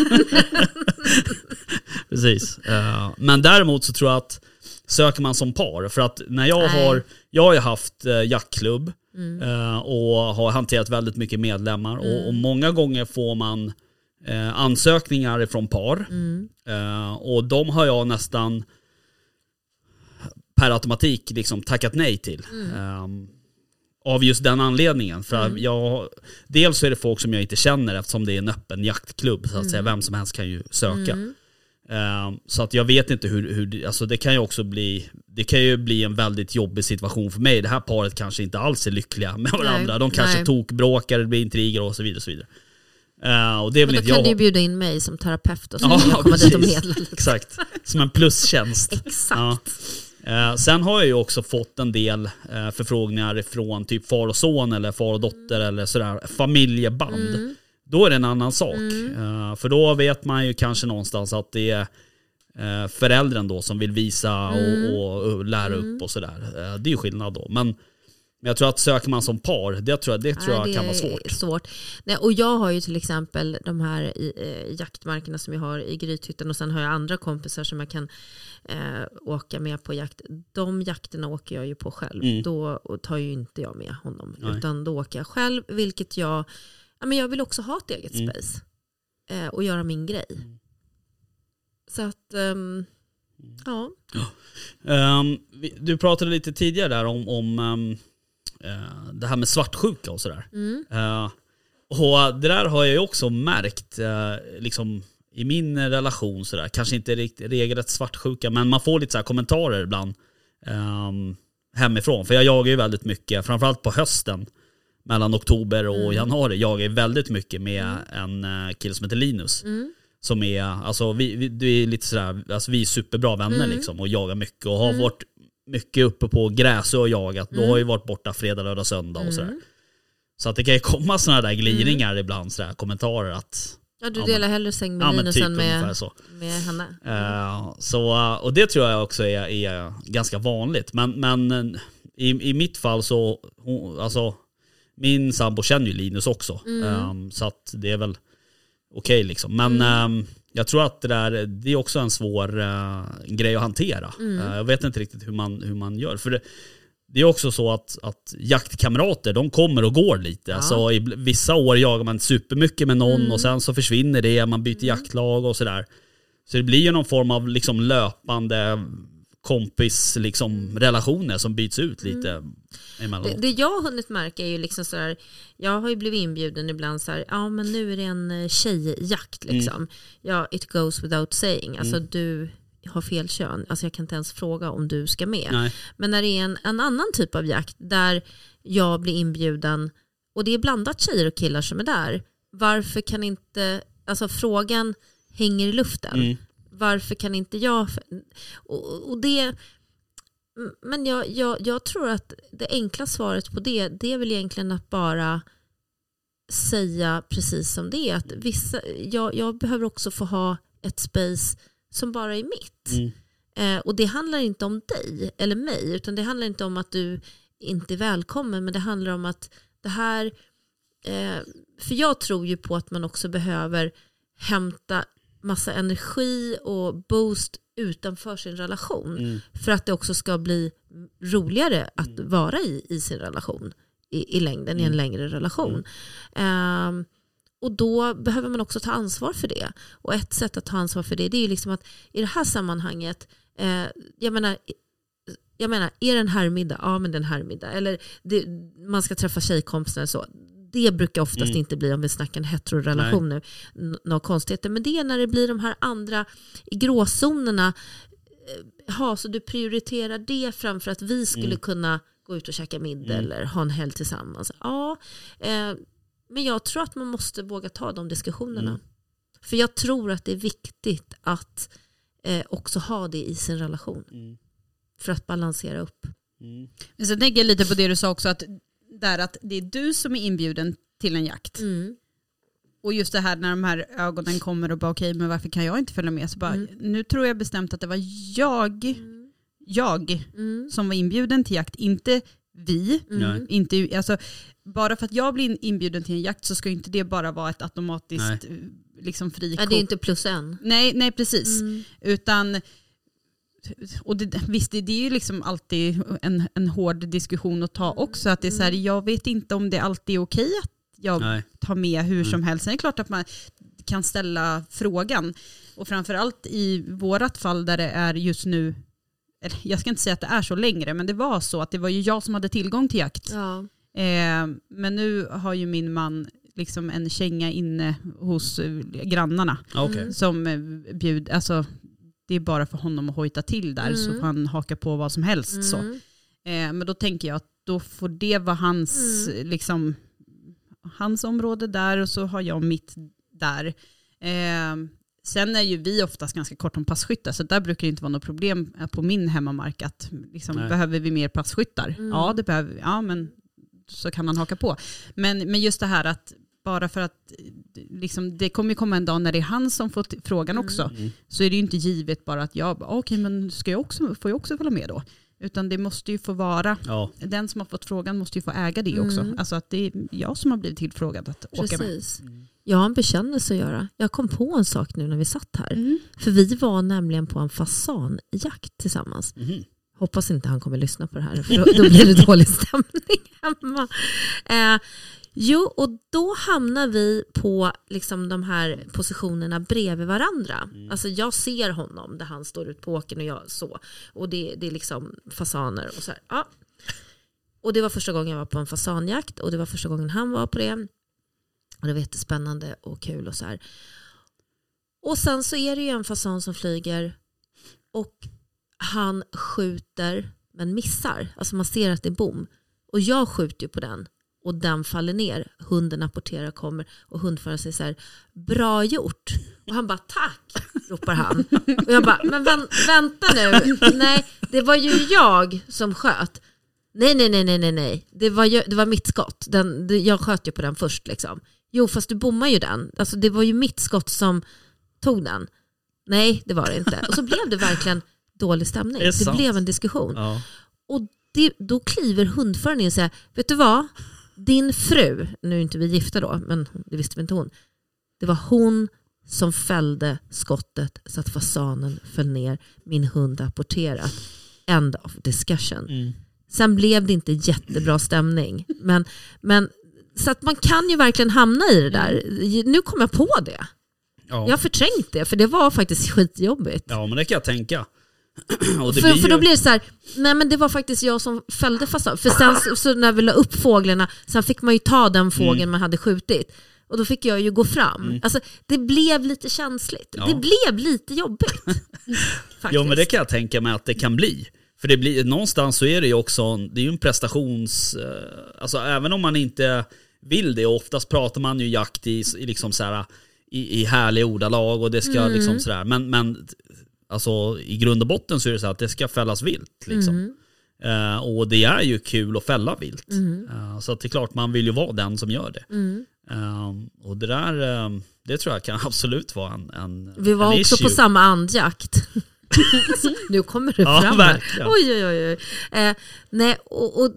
Precis. Men däremot så tror jag att söker man som par, för att när jag har ju haft jaktklubb och har hanterat väldigt mycket medlemmar och många gånger får man ansökningar från par och de har jag nästan per automatik liksom tackat nej till. Av just den anledningen. För dels så är det folk som jag inte känner, eftersom det är en öppen jaktklubb, så att säga, vem som helst kan ju söka. Så att jag vet inte hur alltså det kan ju bli en väldigt jobbig situation för mig. Det här paret kanske inte alls är lyckliga med varandra. De kanske tokbråkar, det blir intriger och så vidare och så vidare. Och det är väl då inte kan du bjuda in mig som terapeut och så kan jag komma dit och medla lite. Exakt, som en plustjänst. Exakt. Sen har jag ju också fått en del förfrågningar från typ far och son eller far och dotter eller sådär, familjeband. Då är det en annan sak. För då vet man ju kanske någonstans att det är föräldern då som vill visa och lära upp och sådär. Det är ju skillnad då. Men jag tror att söker man som par, det tror jag kan vara svårt. Nej, och jag har ju till exempel de här jaktmarkerna som jag har i Grythyttan, och sen har jag andra kompisar som jag kan åka med på jakt. De jakterna åker jag ju på själv. Då tar ju inte jag med honom. Utan då åker jag själv, vilket jag vill också ha ett eget space och göra min grej. Så att ja. Du pratade lite tidigare där om det här med svartsjuka och sådär. Och det där har jag ju också märkt liksom i min relation sådär. Kanske inte regelrätt svartsjuka, men man får lite så här kommentarer ibland hemifrån. För jag jagar ju väldigt mycket, framförallt på hösten. Mellan oktober och januari jagar jag väldigt mycket med en kille som heter Linus. Som är, alltså vi är lite sådär, alltså vi är superbra vänner liksom, och jagar mycket och har varit mycket uppe på Gräsö och jagat. Då har jag varit borta fredag, lördag, söndag och sådär. Så att det kan ju komma sådana där glidningar ibland, sådär kommentarer att du delar hellre säng med Linus än med henne. Och det tror jag också är ganska vanligt. Men i mitt fall så alltså min sambo känner ju Linus också. Så att det är väl okej liksom. Men jag tror att det är också en svår grej att hantera. Jag vet inte riktigt hur man gör. För det är också så att jaktkamrater, de kommer och går lite. Alltså, i vissa år jagar man supermycket med någon och sen så försvinner det. Man byter jaktlag och sådär. Så det blir ju någon form av liksom löpande kompis liksom relationer som byts ut lite emellanåt. Det jag har hunnit märka är ju liksom sådär, jag har ju blivit inbjuden ibland så här, men nu är det en tjejjakt liksom. It goes without saying. Alltså du har fel kön. Alltså jag kan inte ens fråga om du ska med. Nej. Men när det är en annan typ av jakt där jag blir inbjuden och det är blandat tjejer och killar som är där, varför kan inte, alltså frågan hänger i luften. varför kan inte jag? Och det, men jag tror att det enkla svaret på det är väl egentligen att bara säga precis som det är. Att jag behöver också få ha ett space som bara är mitt. Och det handlar inte om dig eller mig, utan det handlar inte om att du inte är välkommen, men det handlar om att det här, för jag tror ju på att man också behöver hämta massa energi och boost utanför sin relation för att det också ska bli roligare att vara i sin relation i längden, i en längre relation. Och då behöver man också ta ansvar för det. Och ett sätt att ta ansvar för det är ju liksom att i det här sammanhanget, jag menar, är det en herrmiddag? Ja, men det är en herrmiddag. Eller man ska träffa tjejkompisar så. Det brukar oftast inte bli, om vi snackar en heterorelation nu, några konstigheter. Men det är när det blir de här andra gråzonerna. Så du prioriterar det framför att vi skulle kunna gå ut och käka middag eller ha en helg tillsammans. Ja, men jag tror att man måste våga ta de diskussionerna. För jag tror att det är viktigt att också ha det i sin relation. För att balansera upp. Men så tänker jag lite på det du sa också, att det är du som är inbjuden till en jakt. Och just det här när de här ögonen kommer och bara okej, men varför kan jag inte följa med? Så bara, nu tror jag bestämt att det var jag som var inbjuden till jakt, inte vi. Inte, alltså, bara för att jag blir inbjuden till en jakt så ska inte det bara vara ett automatiskt liksom frikort. Ja, det är inte plus en. Nej precis. Utan, och visst, det är ju liksom alltid en hård diskussion att ta också. Att det är så här, jag vet inte om det alltid är okej att jag tar med hur som helst. Sen är det klart att man kan ställa frågan. Och framförallt i vårat fall där det är just nu, jag ska inte säga att det är så längre, men det var så att det var ju jag som hade tillgång till jakt. Ja. Men nu har ju min man liksom en känga inne hos grannarna som bjuder, alltså det är bara för honom att hojta till där så får han haka på vad som helst. Så. Men då tänker jag att då får det vara hans, liksom, hans område där och så har jag mitt där. Sen är ju vi oftast ganska kort om passkyttar, så där brukar det inte vara något problem på min hemmamark att liksom, behöver vi mer passkyttar? Ja, det behöver vi. Ja, men så kan han haka på. Men just det här att bara för att liksom, det kommer komma en dag när det är han som får frågan också, så är det ju inte givet bara att men får jag också följa med då? Utan det måste ju få vara, den som har fått frågan måste ju få äga det också. Alltså att det är jag som har blivit tillfrågad att åka med. Jag har en bekännelse att göra. Jag kom på en sak nu när vi satt här. För vi var nämligen på en fasanjakt tillsammans. Hoppas inte han kommer lyssna på det här, för då blir det dålig stämning hemma. Och då hamnar vi på liksom de här positionerna bredvid varandra. Alltså jag ser honom där han står ut på åken och jag så. Och det är liksom fasaner och så här. Ja. Och det var första gången jag var på en fasanjakt och det var första gången han var på det. Och det var jättespännande och kul och så här. Och sen så är det ju en fasan som flyger och han skjuter men missar. Alltså man ser att det är bom. Och jag skjuter ju på den. Och den faller ner. Hunden apporterar, kommer och hundföraren säger så här: bra gjort. Och han bara tack, ropar han. Och jag bara, men vänta nu. Nej, det var ju jag som sköt. Nej. Det var mitt skott. Jag sköt ju på den först liksom. Jo, fast du bommar ju den. Alltså det var ju mitt skott som tog den. Nej, det var det inte. Och så blev det verkligen dålig stämning. Det blev en diskussion. Ja. Och då kliver hundföraren in och säger, vet du vad? Din fru, nu är inte vi gifta då, men det visste väl inte hon. Det var hon som fällde skottet så att fasanen föll ner. Min hund apporterat. End of discussion. Sen blev det inte jättebra stämning. Men så att man kan ju verkligen hamna i det där. Nu kom jag på det. Ja. Jag har förträngt det, för det var faktiskt skitjobbigt. Ja, men det kan jag tänka. Och det för då blir det så här, nej men det var faktiskt jag som fällde fasan. För sen så när vi la upp fåglarna, sen fick man ju ta den fågeln man hade skjutit. Och då fick jag ju gå fram. Alltså det blev lite känsligt. Ja. Det blev lite jobbigt. Ja, men det kan jag tänka mig att det kan bli. För det blir, någonstans så är det ju också, det är ju en prestations, alltså även om man inte vill det, och oftast pratar man ju jakt i liksom så här i härliga ordalag och det ska liksom sådär. Men alltså, i grund och botten så är det så att det ska fällas vilt. Liksom. Och det är ju kul att fälla vilt. Så att det är klart man vill ju vara den som gör det. Och det där, det tror jag kan absolut vara en vi var en också issue. på samma andjakt. Nu kommer det fram verkligen. Oj. Nej, och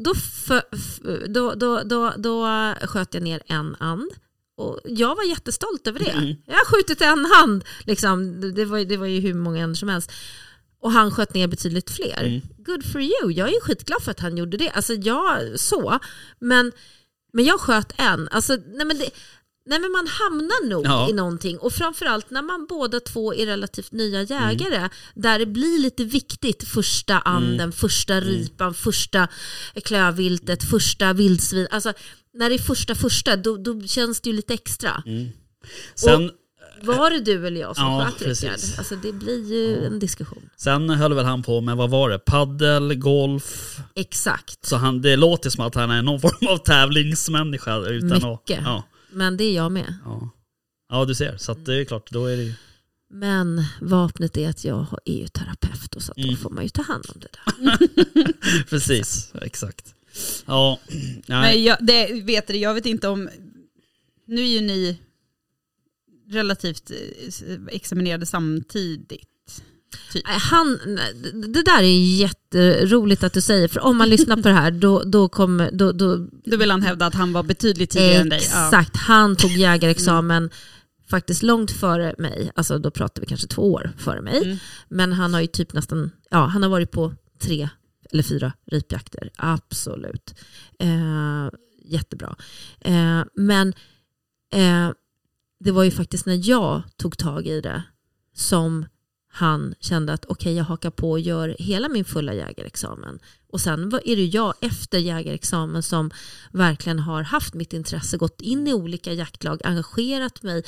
då sköt jag ner en and. Och jag var jättestolt över det. Jag har skjutit en hand. Liksom. Det var ju hur många änder som helst. Och han sköt ner betydligt fler. Good for you. Jag är ju skitglad för att han gjorde det. Alltså men jag sköt en. Alltså, nej men man hamnar nog i någonting. Och framförallt när man båda två är relativt nya jägare. Där det blir lite viktigt. Första anden, första ripan, första klövviltet, första vildsvin. Alltså när det är första då känns det ju lite extra. Sen, var det du eller jag som sköt, Rickard? precis. Alltså det blir ju en diskussion. Sen höll väl han på med, vad var det? Paddel, golf. Exakt. Så det låter som att han är någon form av tävlingsmänniska. Mycket. Men det är jag med. Ja, du ser. Så att det är klart, då är det ju... Men vapnet är att jag är ju terapeut och så att då får man ju ta hand om det där. Precis, exakt. Ja, nej. Men jag vet inte om... Nu är ju ni relativt examinerade samtidigt. Typ. Det där är jätteroligt att du säger, för om man lyssnar på det här då vill han hävda att han var betydligt tidigare än dig. Exakt, han tog jägarexamen faktiskt långt före mig. Alltså då pratar vi kanske 2 år före mig. Men han har ju typ nästan, han har varit på 3 eller 4 ripjakter. Absolut. Jättebra. Men det var ju faktiskt när jag tog tag i det som han kände att okej, jag hakar på och gör hela min fulla jägarexamen. Och sen är det jag efter jägarexamen som verkligen har haft mitt intresse, gått in i olika jaktlag, engagerat mig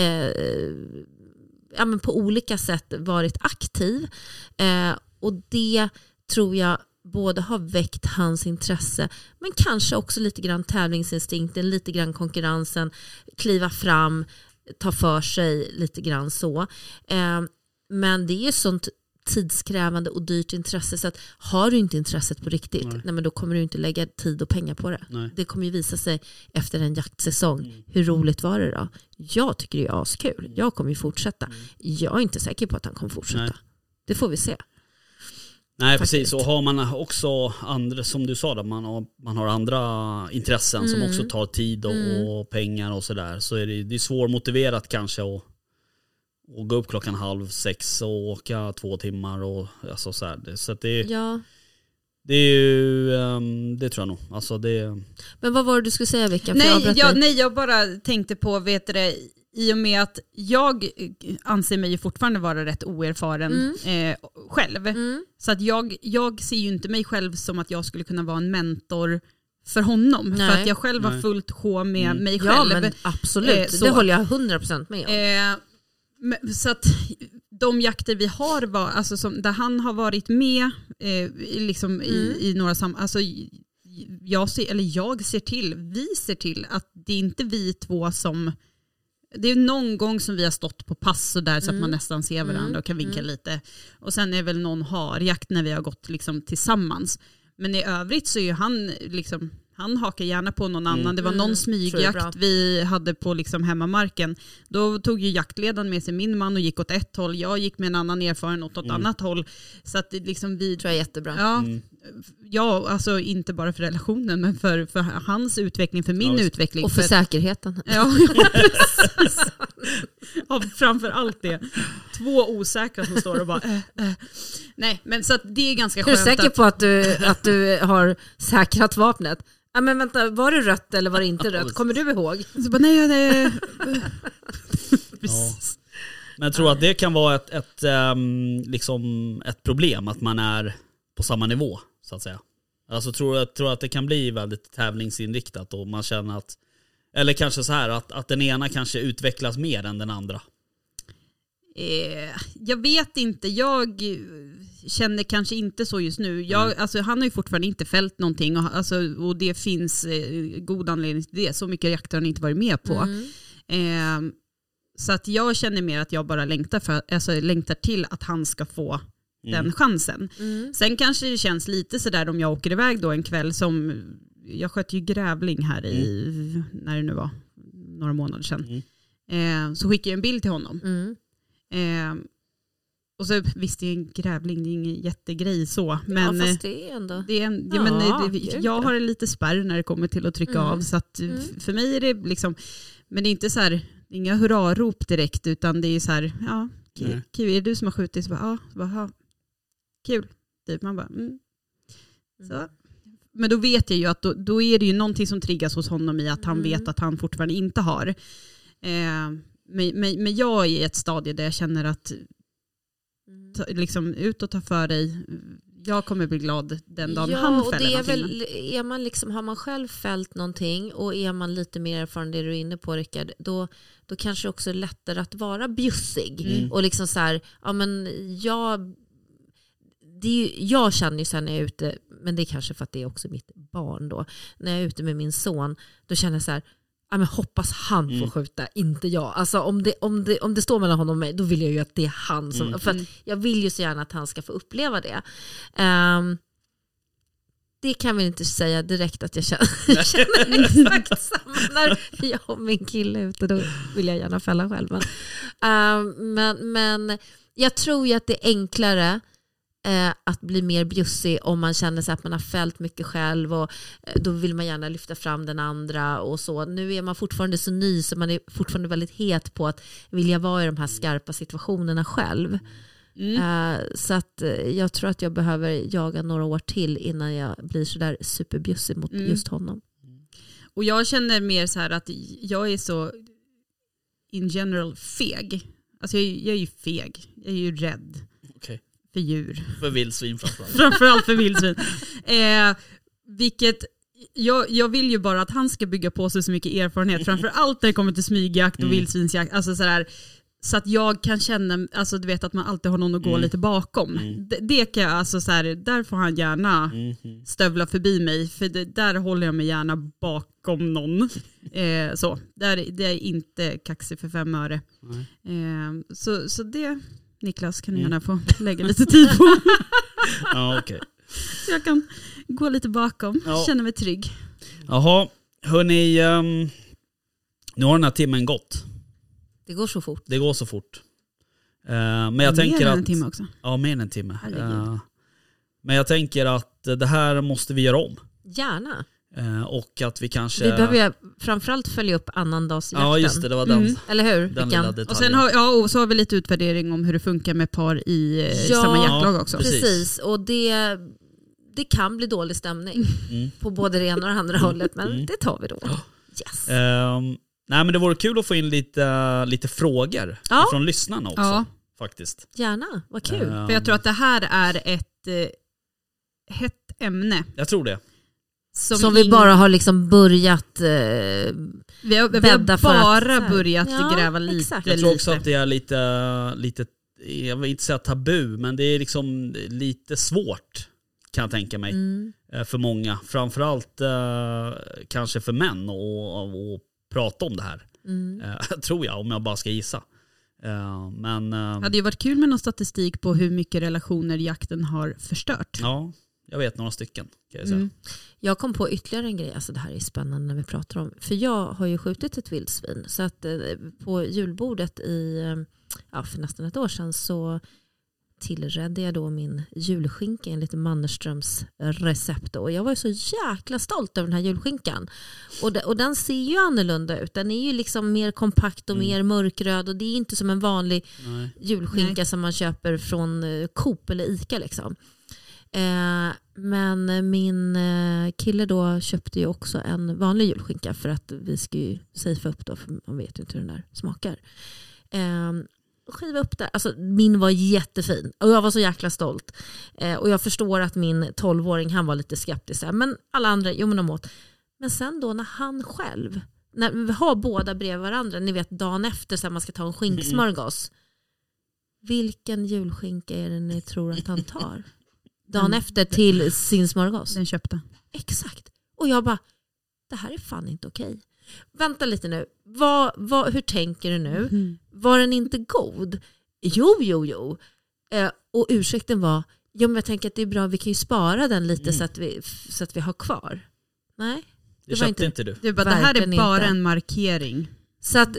men på olika sätt, varit aktiv. Och det tror jag både har väckt hans intresse, men kanske också lite grann tävlingsinstinkten, lite grann konkurrensen, kliva fram, ta för sig lite grann så. Men det är sånt tidskrävande och dyrt intresse, så att har du inte intresset på riktigt, nej men då kommer du inte lägga tid och pengar på det. Nej. Det kommer ju visa sig efter en jaktsäsong. Hur roligt var det då? Jag tycker det är askul. Jag kommer ju fortsätta. Jag är inte säker på att han kommer fortsätta. Nej. Det får vi se. Nej, precis. Och har man också andra, som du sa, då, man har andra intressen som också tar tid och pengar och sådär, så är det är svårmotiverat kanske att gå upp 5:30 och åka 2 timmar och alltså så här. Så att det är ju det tror jag nog. Alltså det. Men vad var det du skulle säga, Vicka? Nej, jag bara tänkte på, i och med att jag anser mig ju fortfarande vara rätt oerfaren själv. Så att jag ser ju inte mig själv som att jag skulle kunna vara en mentor för honom. Nej. För att jag själv har fullt sjå med mig själv. Ja, men absolut. Det håller jag 100% med om. Så att de jakter vi har alltså där han har varit med liksom i några alltså vi ser till att det är inte vi två som, det är någon gång som vi har stått på pass och där så att man nästan ser varandra och kan vinka lite, och sen är väl någon harjakt när vi har gått liksom tillsammans, men i övrigt så är ju han liksom, han hakar gärna på någon annan. Det var någon smygjakt vi hade på liksom hemmamarken. Då tog ju jaktledaren med sig min man och gick åt ett håll. Jag gick med en annan erfaren åt ett annat håll. Så att liksom vi tror jag är jättebra. Ja, alltså inte bara för relationen, men för hans utveckling, för min utveckling. Och för säkerheten. Ja, precis. Ja, framför allt det. 2 osäkra som står och bara Nej, men så att det är ganska skönt. Är du säker på att du har säkrat vapnet? Ja, men vänta, var det rött eller var det inte rött? Kommer du ihåg? Så bara, nej. Men jag tror att det kan vara ett problem att man är på samma nivå, så att säga. Alltså tror att det kan bli väldigt tävlingsinriktat och man känner att, eller kanske så här att den ena kanske utvecklas mer än den andra. Jag vet inte, jag känner kanske inte så just nu. Alltså, han har ju fortfarande inte fällt någonting och det finns god anledning till det. Så mycket jakter har han inte varit med på. Så att jag känner mer att jag bara längtar till att han ska få den chansen. Sen kanske det känns lite sådär om jag åker iväg då en kväll som, jag sköt ju grävling här i, när det nu var, några månader sedan. Så skickade jag en bild till honom. Och så visst, det är en grävling, det är ingen jättegrej så. Men ja, fast det är ändå. Jag har lite spärr när det kommer till att trycka av. Så att för mig är det liksom, men det är inte så här, inga hurrarop direkt, utan det är så här, ja, kul, är det du som har skjutit? Så bara, ja, kul. Typ man bara, Så. Men då vet jag ju att då är det ju någonting som triggas hos honom i att han vet att han fortfarande inte har. Men jag är i ett stadie där jag känner att liksom ut och ta för dig. Jag kommer bli glad den dagen han fäller det är någonting. väl, är man liksom, har man själv fällt någonting och är man lite mer erfaren, det du är inne på Rickard, då kanske det också är lättare att vara bjussig. Och liksom så här, ja men jag känner ju sen när jag är ute, men det är kanske för att det är också mitt barn då, när jag är ute med min son, då känner jag så här, ja, men hoppas han får skjuta, inte jag. Alltså om det står mellan honom och mig, då vill jag ju att det är han som, för att jag vill ju så gärna att han ska få uppleva det. Det kan vi inte säga direkt att jag känner exakt samma när jag och min kille är ute, då vill jag gärna fälla själv. Men jag tror ju att det är enklare att bli mer bjussig om man känner sig att man har fällt mycket själv, och då vill man gärna lyfta fram den andra och så. Nu är man fortfarande så ny, så man är fortfarande väldigt het på att vilja vara i de här skarpa situationerna själv. Så att jag tror att jag behöver jaga några år till innan jag blir så där superbjussig mot just honom. Och jag känner mer så här att jag är så in general feg. Alltså jag är ju feg. Jag är ju rädd. För djur. För vildsvin framförallt. Framförallt för vildsvin. Vilket jag vill ju bara att han ska bygga på sig så mycket erfarenhet. Framförallt när det kommer till smygjakt och vildsvinsjakt. Alltså sådär, så att jag kan känna, alltså du vet att man alltid har någon att gå lite bakom. Det kan jag, alltså såhär, där får han gärna stövla förbi mig. För där håller jag mig gärna bakom någon. Så, det är inte kaxig för 5 öre. Så det... Niklas kan gärna få lägga lite tid på. Ja, okej. Så jag kan gå lite bakom. Känna mig trygg. Jaha, hörni, nu har den här timmen gått. Det går så fort. Det går så fort. Men jag tänker mer än att... en timme också. Ja, mer än en timme. Men jag tänker att det här måste vi göra om. Gärna. Och att vi kanske... Vi behöver framförallt följa upp annandagsjakten. Ja, just det var den. Eller hur? Den och sen så har vi lite utvärdering om hur det funkar med par i samma jaktlag också. Precis. Och det kan bli dålig stämning på både det ena och det andra hållet, men det tar vi då. Yes. Nej, men det vore kul att få in lite frågor från lyssnarna också. Faktiskt. Gärna, vad kul. För jag tror att det här är ett hett ämne. Jag tror det. Som vi bara har liksom börjat vi har bara börjat gräva lite. Exakt. Jag tror också att det är lite, jag vill inte säga tabu, men det är liksom lite svårt, kan jag tänka mig, för många. Framförallt kanske för män att prata om det här. Tror jag, om jag bara ska gissa. Men det hade ju varit kul med någon statistik på hur mycket relationer jakten har förstört. Ja, jag vet några stycken, kan jag säga. Jag kom på ytterligare en grej, alltså det här är spännande när vi pratar om, för jag har ju skjutit ett vildsvin, så att på julbordet för nästan ett år sedan så tillredde jag då min julskinka enligt Mannerströms recept, och jag var ju så jäkla stolt över den här julskinkan, och den ser ju annorlunda ut, den är ju liksom mer kompakt och mer mörkröd, och det är inte som en vanlig julskinka som man köper från Coop eller Ica liksom. Men min kille då köpte ju också en vanlig julskinka, för att vi ska ju safea upp då, för man vet ju inte hur den där smakar. Skiva upp där, alltså min var jättefin och jag var så jäkla stolt, och jag förstår att min 12-åring, han var lite skeptisk, men alla andra, jo men de åt. Men sen då när han själv, när vi har båda bredvid varandra, ni vet dagen efter så här, man ska ta en skinksmörgås, vilken julskinka är det ni tror att han tar dagen efter till sin smörgås? Den köpte. Exakt. Och jag bara, det här är fan inte okej. Vänta lite nu. Hur tänker du nu? Var den inte god? Jo. Och ursäkten var, men jag tänker att det är bra, vi kan ju spara den lite så att vi har kvar. Nej. Det köpte inte du. Det här är bara en markering. Så att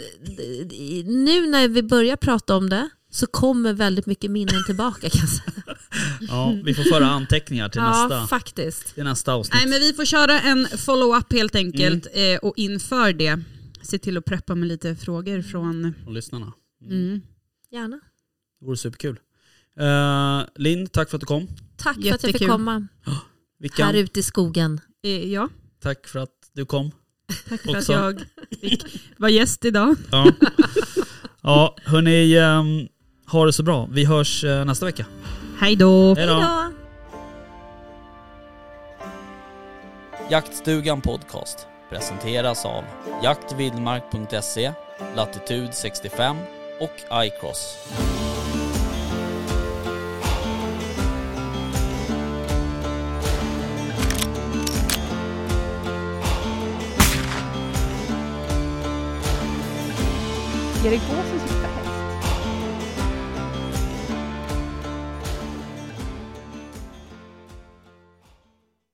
nu när vi börjar prata om det så kommer väldigt mycket minnen tillbaka, kan jag säga. Ja, vi får föra anteckningar till nästa avsnitt. Nej, men vi får köra en follow-up helt enkelt och inför det se till att preppa med lite frågor från lyssnarna. Gärna. Det vore superkul. Linn, tack för att du kom. Tack för att jag fick komma. Här ute i skogen. Ja. Tack för att du kom. Tack för att jag fick vara gäst idag. Ja, hörni, ha det så bra. Vi hörs nästa vecka. Hej då. Jaktstugan podcast presenteras av jaktvildmark.se, Latitude 65 och iCross. Erik Gåsen